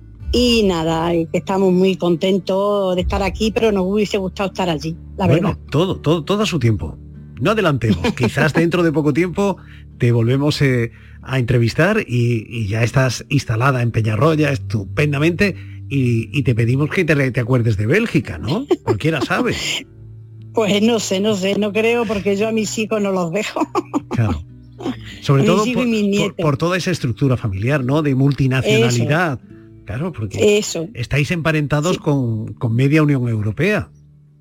Y nada, y que estamos muy contentos de estar aquí, pero nos hubiese gustado estar allí, la bueno, verdad. todo, todo, todo a su tiempo. No adelantemos. Quizás dentro de poco tiempo te volvemos eh, a entrevistar y, y ya estás instalada en Peñarroya estupendamente y, y te pedimos que te, te acuerdes de Bélgica, ¿no? Cualquiera sabe. Pues no sé, no sé, no creo, porque yo a mis hijos no los dejo. Claro. Sobre Mis todo hijos por, y mis por- nietos. por toda esa estructura familiar, ¿no? De multinacionalidad. Claro, porque Eso, estáis emparentados con, con media Unión Europea.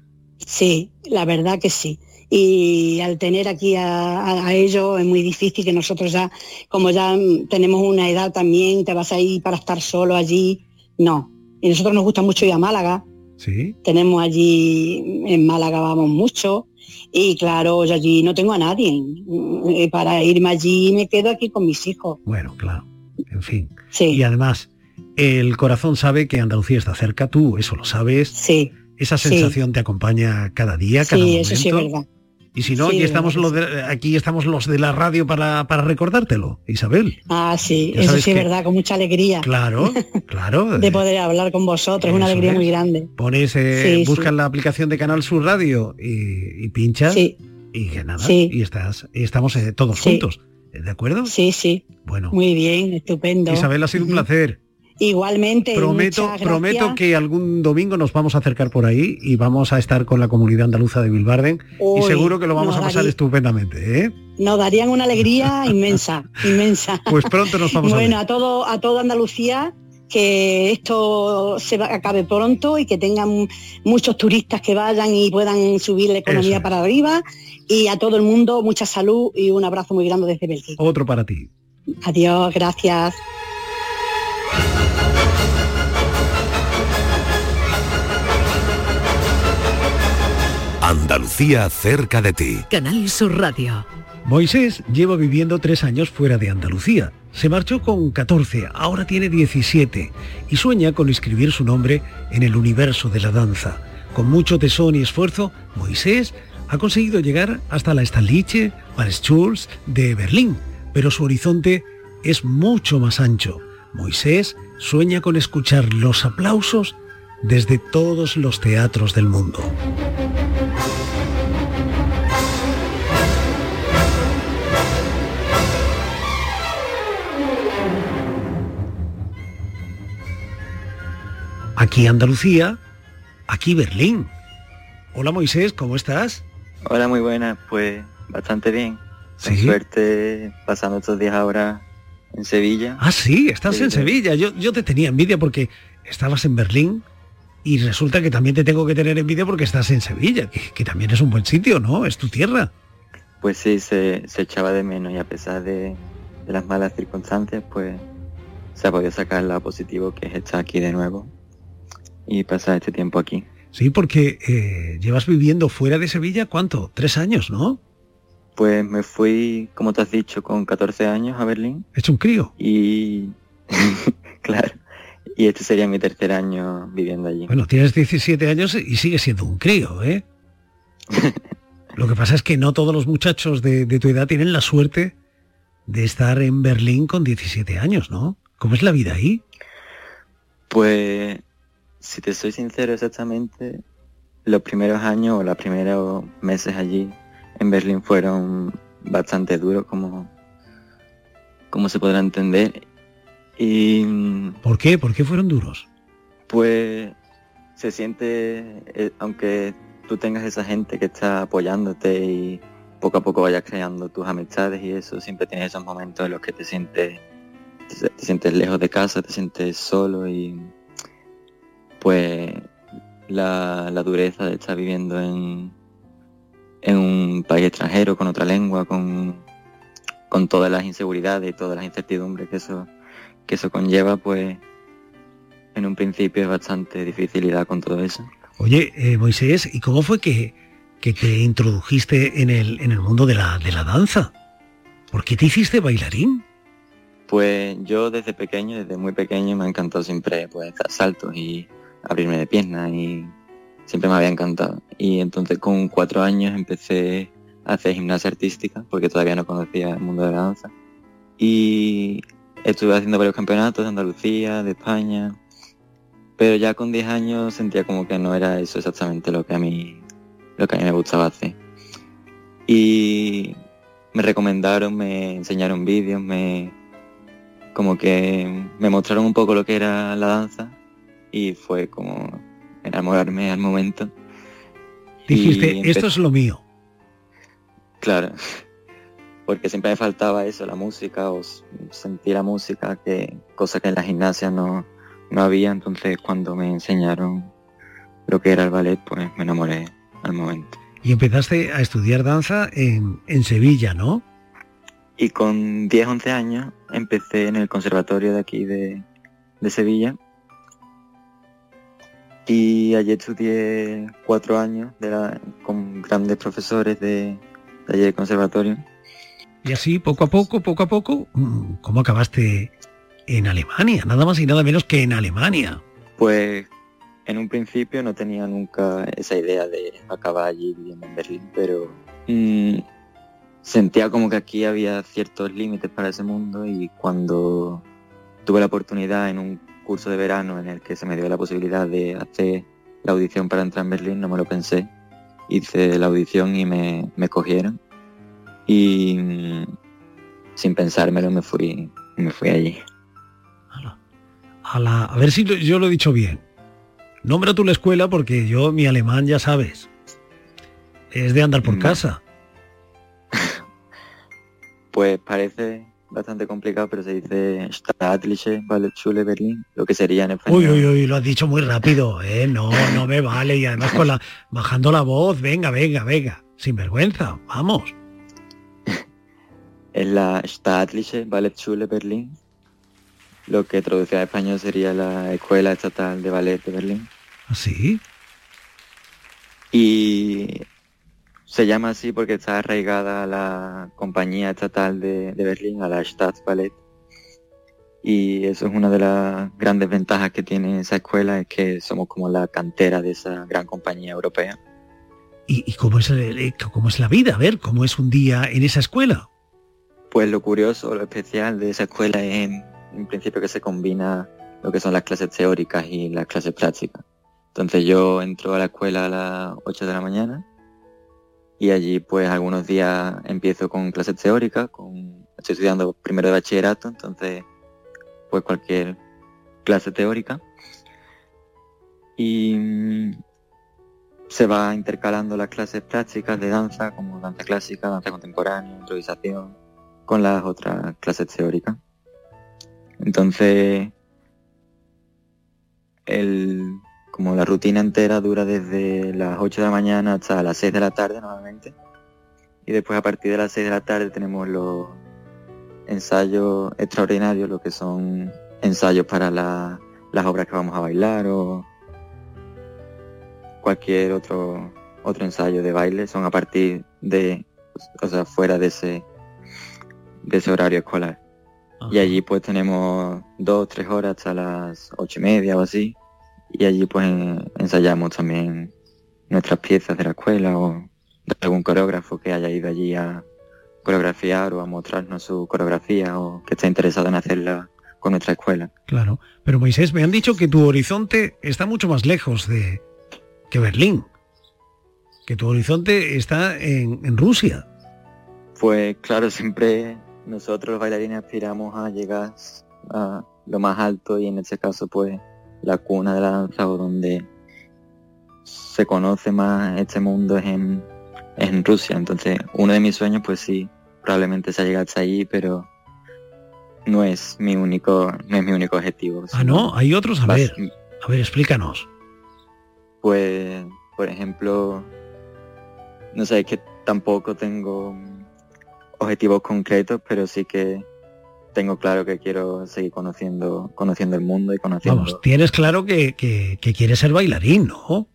sí, la verdad que sí. Y al tener aquí a, a- a ellos es muy difícil, que nosotros ya, como ya mm, tenemos una edad también, te vas a ir para estar solo allí, no. Y nosotros nos gusta mucho ir a Málaga, Sí. tenemos allí, en Málaga vamos mucho, y claro, yo allí no tengo a nadie. Mm, eh, Para irme allí me quedo aquí con mis hijos. Bueno, claro. En fin. Sí, Y además, el corazón sabe que Andalucía está cerca, tú eso lo sabes. sí, Esa sí. sensación te acompaña cada día, cada sí, momento. eso sí es verdad. Y si no, Sí, aquí, de estamos verdad los que de, aquí estamos los de la radio para, para recordártelo, Isabel. Ah, sí, Ya eso sabes sí es que- verdad, con mucha alegría Claro, claro. de eh, poder hablar con vosotros, es una eso alegría es. muy grande. Pones, eh, Sí, buscas sí. la aplicación de Canal Sur Radio y, y pinchas Sí, y que nada, Sí. y estás, y estamos eh, todos Sí. juntos. ¿De acuerdo? sí, sí, Bueno, muy bien, estupendo. Isabel, ha sido un Ujú. placer. Igualmente, Prometo, muchas gracias. prometo que algún domingo nos vamos a acercar por ahí y vamos a estar con la comunidad andaluza de Bilbarden y Uy, seguro que lo vamos nos a pasar darí- estupendamente, ¿eh? Nos darían una alegría inmensa, inmensa. Pues pronto nos vamos Bueno, a a todo, a toda Andalucía que esto se va, acabe pronto y que tengan muchos turistas que vayan y puedan subir la economía Eso. para arriba. Y a todo el mundo, mucha salud y un abrazo muy grande desde Bélgica. Otro para ti. Adiós, gracias. Andalucía cerca de ti. Canal Sur Radio. Moisés lleva viviendo tres años fuera de Andalucía. Se marchó con catorce, ahora tiene diecisiete y sueña con escribir su nombre en el universo de la danza. Con mucho tesón y esfuerzo, Moisés ha conseguido llegar hasta la Staatliche Balletschule de Berlín, pero su horizonte es mucho más ancho. Moisés sueña con escuchar los aplausos desde todos los teatros del mundo. Aquí Andalucía, aquí Berlín. Hola Moisés, ¿cómo estás? Hola, muy buena, pues bastante bien. ¿Sí? Con suerte, pasando estos días ahora en Sevilla. Ah, sí, estás Sí, en sí. Sevilla. Yo, yo te tenía envidia porque estabas en Berlín y resulta que también te tengo que tener envidia porque estás en Sevilla, que, que también es un buen sitio, ¿no? Es tu tierra. Pues sí, se, se echaba de menos y a pesar de, de las malas circunstancias, pues se ha podido sacar lo positivo que es estar aquí de nuevo y pasar este tiempo aquí. Sí, porque eh, llevas viviendo fuera de Sevilla, ¿cuánto? Tres años, ¿no? Pues me fui, como te has dicho, con catorce años a Berlín. ¿Es un crío? Y... claro. Y este sería mi tercer año viviendo allí. Bueno, tienes diecisiete años y sigues siendo un crío, ¿eh? Lo que pasa es que no todos los muchachos de, de tu edad tienen la suerte de estar en Berlín con diecisiete años, ¿no? ¿Cómo es la vida ahí? Pues, si te soy sincero exactamente, los primeros años o los primeros meses allí en Berlín fueron bastante duros, como, como se podrá entender. Y... ¿Por qué? ¿Por qué fueron duros? Pues se siente, eh, aunque tú tengas esa gente que está apoyándote y poco a poco vayas creando tus amistades y eso, siempre tienes esos momentos en los que te sientes, te, te sientes lejos de casa, te sientes solo y pues la, la dureza de estar viviendo en, en un país extranjero, con otra lengua, con, con todas las inseguridades y todas las incertidumbres que eso, que eso conlleva, pues en un principio es bastante difícil lidiar con todo eso. Oye, eh, Moisés, ¿y cómo fue que, que te introdujiste en el, en el mundo de la, de la danza? ¿Por qué te hiciste bailarín? Pues yo desde pequeño, desde muy pequeño, me ha encantado siempre pues dar saltos y abrirme de piernas y siempre me había encantado. Y entonces con cuatro años empecé a hacer gimnasia artística porque todavía no conocía el mundo de la danza. Y estuve haciendo varios campeonatos de Andalucía, de España, pero ya con diez años sentía como que no era eso exactamente lo que a mí, lo que a mí me gustaba hacer. Y me recomendaron, me enseñaron vídeos, me como que me mostraron un poco lo que era la danza y fue como enamorarme al momento. Dijiste, Y esto empe- es lo mío. Claro, porque siempre me faltaba eso, la música o s- sentir la música, que cosa que en la gimnasia no, no había, entonces cuando me enseñaron lo que era el ballet, pues me enamoré al momento. Y empezaste a estudiar danza en, en Sevilla, ¿no? Y con diez, once años empecé en el conservatorio de aquí de, de Sevilla. Y allí estudié cuatro años de la, con grandes profesores de, de allí del conservatorio. Y así, poco a poco, poco a poco, mm, ¿cómo acabaste en Alemania? Nada más y nada menos que en Alemania. Pues en un principio no tenía nunca esa idea de acabar allí viviendo en Berlín, pero mm, sentía como que aquí había ciertos límites para ese mundo y cuando tuve la oportunidad en un curso de verano en el que se me dio la posibilidad de hacer la audición para entrar en Berlín, no me lo pensé. Hice la audición y me, me cogieron y mm, sin pensármelo me fui, me fui allí. A, la, a ver si lo- yo lo he dicho bien. Nombra tú la escuela porque yo, mi alemán, ya sabes, es de andar por No. casa. Pues parece bastante complicado, pero se dice Staatliche Balletschule Berlin, lo que sería en español. Uy, uy, uy, lo has dicho muy rápido, ¿eh? No, no me vale. Y además con la bajando la voz, venga, venga, venga. Sin vergüenza, vamos. Es la Staatliche Balletschule Berlin, lo que traducido a español sería la Escuela Estatal de Ballet de Berlín. ¿Así? Y se llama así porque está arraigada a la compañía estatal de, de Berlín, a la Staatsballett. Y eso es una de las grandes ventajas que tiene esa escuela, es que somos como la cantera de esa gran compañía europea. ¿Y, y cómo es el, cómo es la vida? A ver, ¿cómo es un día en esa escuela? Pues lo curioso, lo especial de esa escuela es en, en principio que se combina lo que son las clases teóricas y las clases prácticas. Entonces yo entro a la escuela a las ocho de la mañana y allí pues algunos días empiezo con clases teóricas, con, estoy estudiando primero de bachillerato, entonces pues cualquier clase teórica. Y se va intercalando las clases prácticas de danza, como danza clásica, danza contemporánea, improvisación, con las otras clases teóricas. Entonces, el, como la rutina entera dura desde las ocho de la mañana hasta las seis de la tarde normalmente. Y después a partir de las seis de la tarde tenemos los ensayos extraordinarios, lo que son ensayos para la, las obras que vamos a bailar o cualquier otro otro ensayo de baile, son a partir de, o sea, fuera de ese de ese horario escolar. Ajá. Y allí pues tenemos dos, tres horas hasta las ocho y media o así, y allí pues ensayamos también nuestras piezas de la escuela o de algún coreógrafo que haya ido allí a coreografiar o a mostrarnos su coreografía o que esté interesado en hacerla con nuestra escuela. Claro, pero Moisés, me han dicho que tu horizonte está mucho más lejos de que Berlín, que tu horizonte está en, en Rusia. Pues claro, siempre nosotros los bailarines aspiramos a llegar a lo más alto y en este caso pues la cuna de la danza o donde se conoce más este mundo es en, es en Rusia. Entonces uno de mis sueños pues sí, probablemente sea llegar hasta allí, pero no es mi único, no es mi único objetivo. Ah, no, hay otros, a ver, a ver, explícanos. Pues, por ejemplo, no sé, es que tampoco tengo objetivos concretos, pero sí que tengo claro que quiero seguir conociendo conociendo el mundo y conociendo... Vamos, tienes claro que, que, que quieres ser bailarín, ¿no?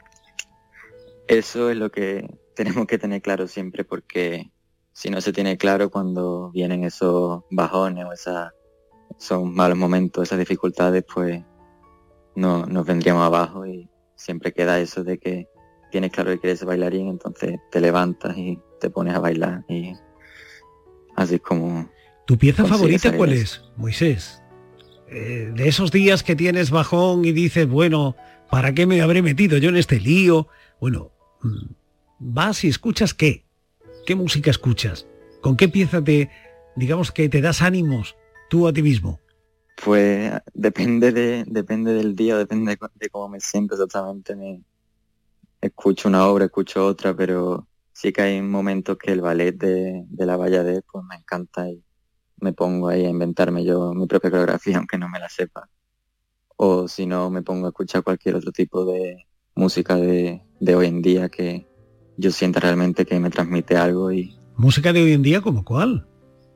Eso es lo que tenemos que tener claro siempre, porque si no se tiene claro cuando vienen esos bajones o esas, esos malos momentos, esas dificultades, pues no nos vendríamos abajo y siempre queda eso de que tienes claro que quieres ser bailarín, entonces te levantas y te pones a bailar y así es como... ¿Tu pieza favorita cuál es, Moisés? Eh, de esos días que tienes bajón y dices, bueno, ¿para qué me habré metido yo en este lío? Bueno, vas y escuchas qué. ¿Qué música escuchas? ¿Con qué pieza te, digamos que te das ánimos tú a ti mismo? Pues depende de depende del día, depende de, de cómo me siento exactamente. Me escucho una obra, escucho otra, pero sí que hay momentos que el ballet de, de la Bayadère pues me encanta y me pongo ahí a inventarme yo mi propia coreografía, aunque no me la sepa. O si no, me pongo a escuchar cualquier otro tipo de música de, de hoy en día que yo sienta realmente que me transmite algo. Y ¿música de hoy en día como cuál?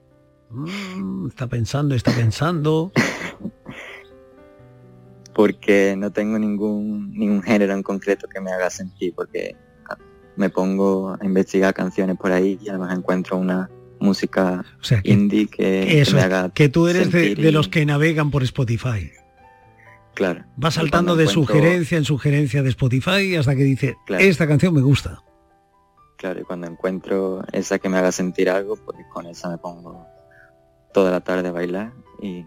Mm, está pensando, está pensando. Porque no tengo ningún ningún género en concreto que me haga sentir, porque me pongo a investigar canciones por ahí y además encuentro una música o sea, que, indie que, eso que me es, haga que tú eres de, de y... los que navegan por Spotify. Claro. Vas saltando de encuentro... sugerencia en sugerencia de Spotify hasta que dice, claro, esta canción me gusta. Claro, y cuando encuentro esa que me haga sentir algo, pues con esa me pongo toda la tarde a bailar y...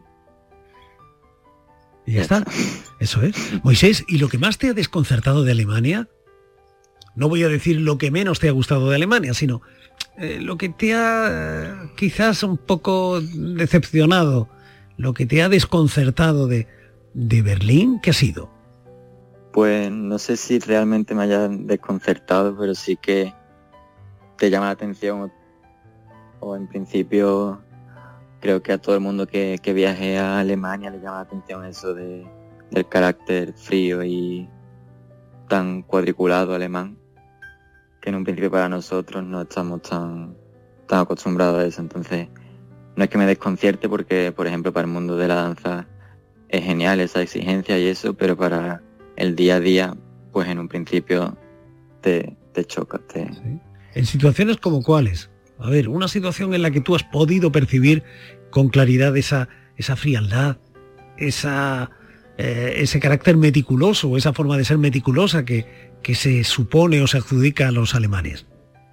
Y ya está, eso es. Moisés, ¿y lo que más te ha desconcertado de Alemania? No voy a decir lo que menos te ha gustado de Alemania, sino eh, lo que te ha eh, quizás un poco decepcionado, lo que te ha desconcertado de, de Berlín, ¿qué ha sido? Pues no sé si realmente me haya desconcertado, pero sí que te llama la atención o, o en principio creo que a todo el mundo que, que viaje a Alemania le llama la atención eso de, del carácter frío y tan cuadriculado alemán, que en un principio para nosotros no estamos tan, tan acostumbrados a eso. Entonces no es que me desconcierte porque, por ejemplo, para el mundo de la danza es genial esa exigencia y eso, pero para el día a día, pues en un principio te, te choca. Te... ¿Sí? ¿En situaciones como cuáles? A ver, una situación en la que tú has podido percibir con claridad esa, esa frialdad, esa, eh, ese carácter meticuloso, esa forma de ser meticulosa que, que se supone o se adjudica a los alemanes.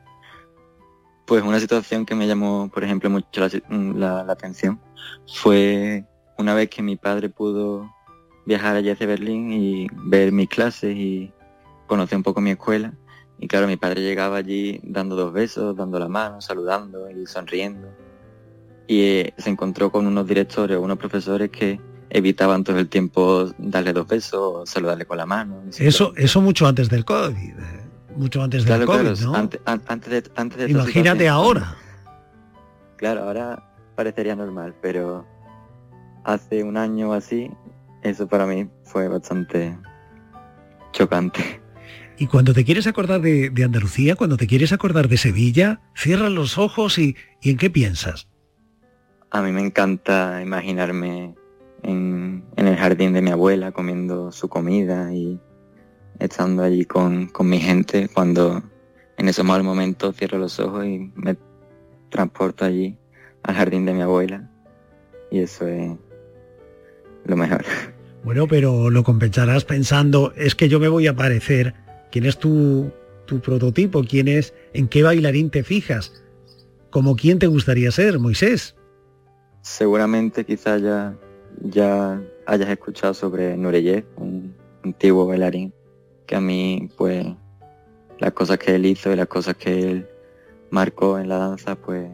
Pues una situación que me llamó, por ejemplo, mucho la, la, la atención fue una vez que mi padre pudo viajar allí hacia Berlín y ver mis clases y conocer un poco mi escuela. Y claro, mi padre llegaba allí dando dos besos, dando la mano, saludando y sonriendo. Y eh, se encontró con unos directores o unos profesores que evitaban todo el tiempo darle dos besos o saludarle con la mano. Eso, eso mucho antes del COVID, mucho antes del claro, COVID, claro, ¿no? Antes, antes de, antes de Imagínate ahora. Claro, ahora parecería normal, pero hace un año o así, eso para mí fue bastante chocante. Y cuando te quieres acordar de, de Andalucía, cuando te quieres acordar de Sevilla, cierras los ojos y, y ¿en qué piensas? A mí me encanta imaginarme en, en el jardín de mi abuela comiendo su comida y estando allí con, con mi gente. Cuando en esos malos momentos cierro los ojos y me transporto allí al jardín de mi abuela. Y eso es lo mejor. Bueno, pero lo compensarás pensando, es que yo me voy a parecer. ¿Quién es tu, tu prototipo? ¿Quién es? ¿En qué bailarín te fijas? ¿Como quién te gustaría ser, Moisés? Seguramente quizás ya, ya hayas escuchado sobre Nureyev, un antiguo bailarín, que a mí, pues, las cosas que él hizo y las cosas que él marcó en la danza, pues,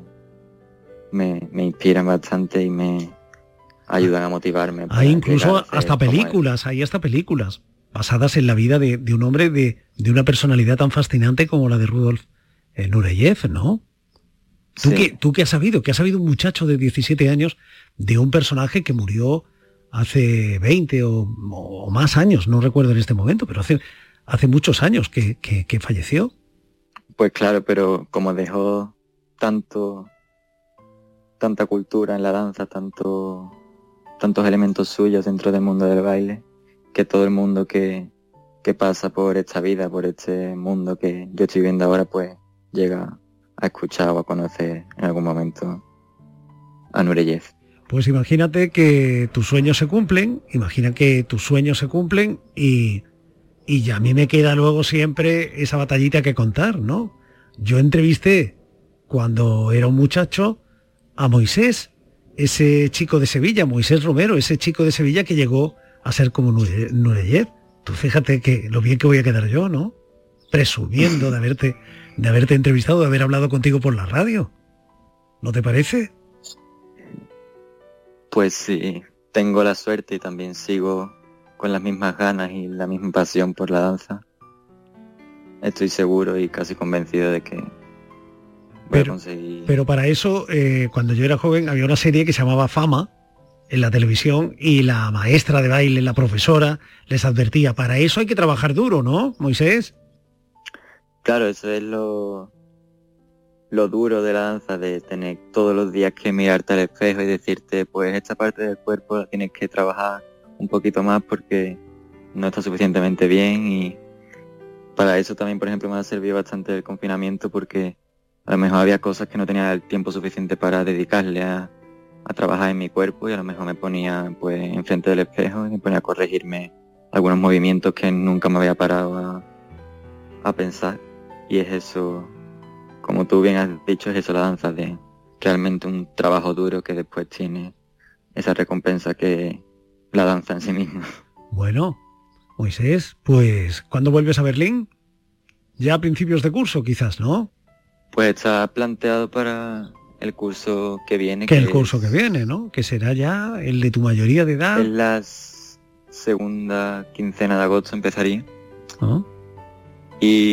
me, me inspiran bastante y me ayudan a motivarme. Hay incluso hasta películas, hay hasta películas basadas en la vida de, de un hombre de, de una personalidad tan fascinante como la de Rudolf eh, Nureyev, ¿no? ¿Tú, sí. qué, ¿Tú qué has sabido? ¿Qué has sabido un muchacho de diecisiete años de un personaje que murió hace veinte o, o más años? No recuerdo en este momento, pero hace, hace muchos años que, que, que falleció. Pues claro, pero como dejó tanto, tanta cultura en la danza, tanto, tantos elementos suyos dentro del mundo del baile, que todo el mundo que, que pasa por esta vida, por este mundo que yo estoy viendo ahora, pues llega a escuchar o a conocer en algún momento a Nureyev. Pues imagínate que tus sueños se cumplen, imagina que tus sueños se cumplen y, y ya a mí me queda luego siempre esa batallita que contar, ¿no? Yo entrevisté cuando era un muchacho a Moisés, ese chico de Sevilla, Moisés Romero, ese chico de Sevilla que llegó a ser como Nureyev. Tú fíjate que lo bien que voy a quedar yo, ¿no? Presumiendo de haberte, de haberte entrevistado, de haber hablado contigo por la radio. ¿No te parece? Pues sí, tengo la suerte y también sigo con las mismas ganas y la misma pasión por la danza. Estoy seguro y casi convencido de que voy pero, a conseguir... Pero para eso, eh, cuando yo era joven, había una serie que se llamaba Fama, en la televisión, y la maestra de baile, la profesora, les advertía, para eso hay que trabajar duro, ¿no, Moisés? Claro, eso es lo, lo duro de la danza, de tener todos los días que mirarte al espejo y decirte, pues esta parte del cuerpo la tienes que trabajar un poquito más porque no está suficientemente bien. Y para eso también, por ejemplo, me ha servido bastante el confinamiento, porque a lo mejor había cosas que no tenía el tiempo suficiente para dedicarle a a trabajar en mi cuerpo, y a lo mejor me ponía pues enfrente del espejo y me ponía a corregirme algunos movimientos que nunca me había parado a, a pensar. Y es eso, como tú bien has dicho, es eso la danza, de realmente un trabajo duro que después tiene esa recompensa que la danza en sí misma. Bueno, Moisés, pues ¿cuándo vuelves a Berlín? Ya a principios de curso quizás, ¿no? Pues está planteado para el curso que viene. Que, que el curso es... que viene, ¿no? Que será ya el de tu mayoría de edad. En la segunda quincena de agosto empezaría. ¿Oh?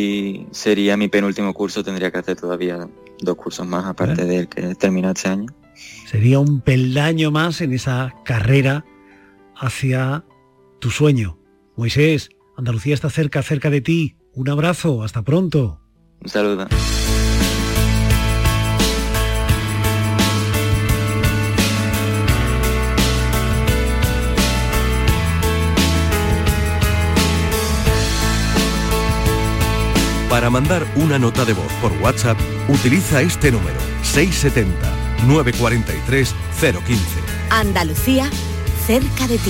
Y sería mi penúltimo curso, tendría que hacer todavía dos cursos más aparte del que termina este año. Sería un peldaño más en esa carrera hacia tu sueño. Moisés, Andalucía está cerca, cerca de ti. Un abrazo, hasta pronto. Un saludo. Para mandar una nota de voz por WhatsApp, utiliza este número, seis siete cero, nueve cuatro tres, cero uno cinco. Andalucía, cerca de ti.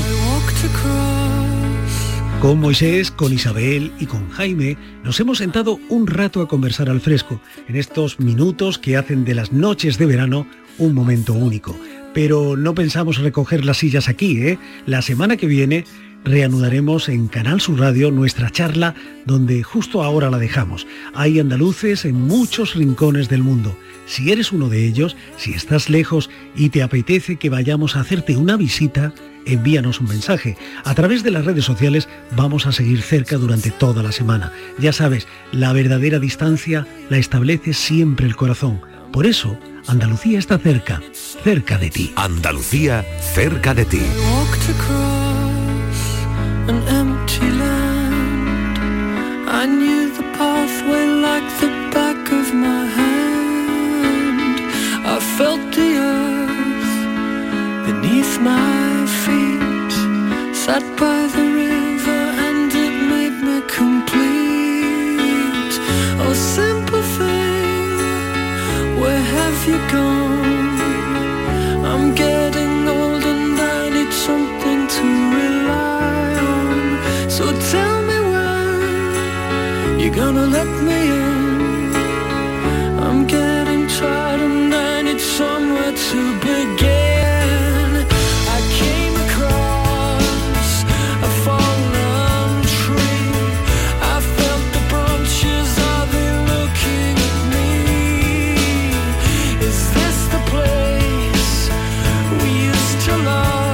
Con Moisés, con Isabel y con Jaime nos hemos sentado un rato a conversar al fresco, en estos minutos que hacen de las noches de verano un momento único. Pero no pensamos recoger las sillas aquí, ¿eh? La semana que viene reanudaremos en Canal Sur Radio nuestra charla donde justo ahora la dejamos. Hay andaluces en muchos rincones del mundo. Si eres uno de ellos, si estás lejos y te apetece que vayamos a hacerte una visita, envíanos un mensaje. A través de las redes sociales vamos a seguir cerca durante toda la semana. Ya sabes, la verdadera distancia la establece siempre el corazón. Por eso, Andalucía está cerca, cerca de ti. Andalucía, cerca de ti. An empty land. I knew the pathway like the back of my hand. I felt the earth beneath my feet. Sat by the river and it made me complete. Oh, simple thing, where have you gone? I'm getting old and I need something to rely. So tell me when you're gonna let me in. I'm getting tired and I need somewhere to begin. I came across a fallen tree. I felt the branches of it looking at me. Is this the place we used to love?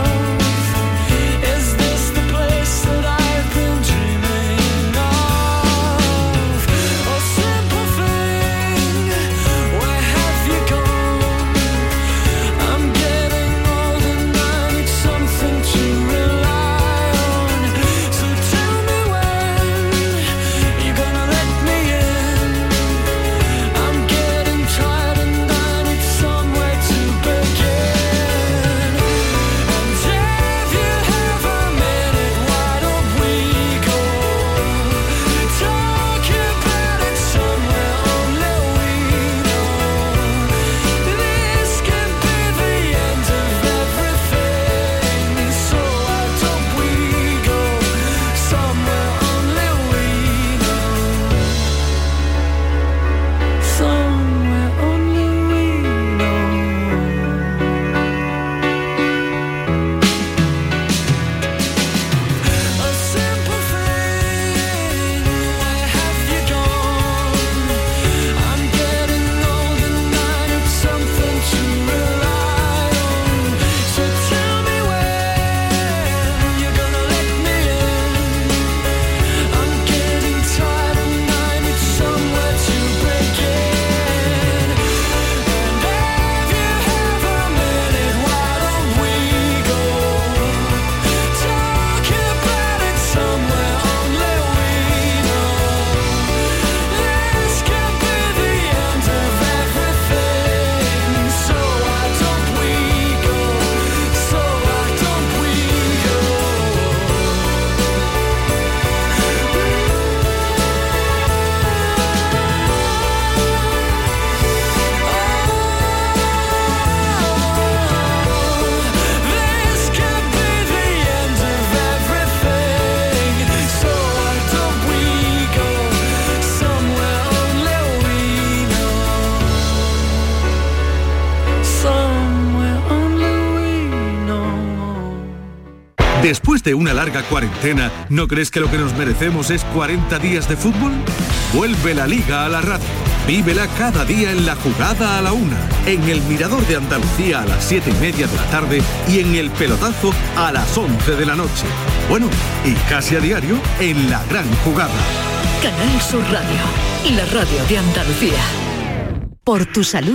Después de una larga cuarentena, ¿no crees que lo que nos merecemos es cuarenta días de fútbol? Vuelve la Liga a la radio. Vívela cada día en La Jugada a la una, en el Mirador de Andalucía a las siete y media de la tarde y en El Pelotazo a las once de la noche. Bueno, y casi a diario en La Gran Jugada. Canal Sur Radio, la radio de Andalucía. Por tu salud,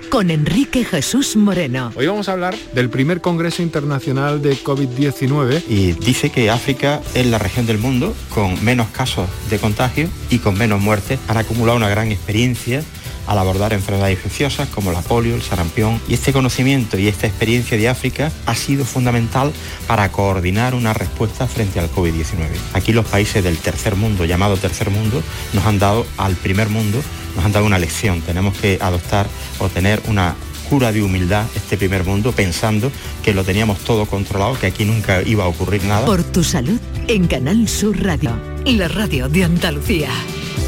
con Enrique Jesús Moreno. Hoy vamos a hablar del primer Congreso Internacional de COVID diecinueve. Y dice que África es la región del mundo con menos casos de contagio y con menos muertes. Han acumulado una gran experiencia al abordar enfermedades infecciosas como la polio, el sarampión, y este conocimiento y esta experiencia de África ha sido fundamental para coordinar una respuesta frente al COVID diecinueve. Aquí los países del tercer mundo, llamado tercer mundo, nos han dado al primer mundo, nos han dado una lección. Tenemos que adoptar o tener una cura de humildad este primer mundo, pensando que lo teníamos todo controlado, que aquí nunca iba a ocurrir nada. Por tu salud en Canal Sur Radio, la radio de Andalucía.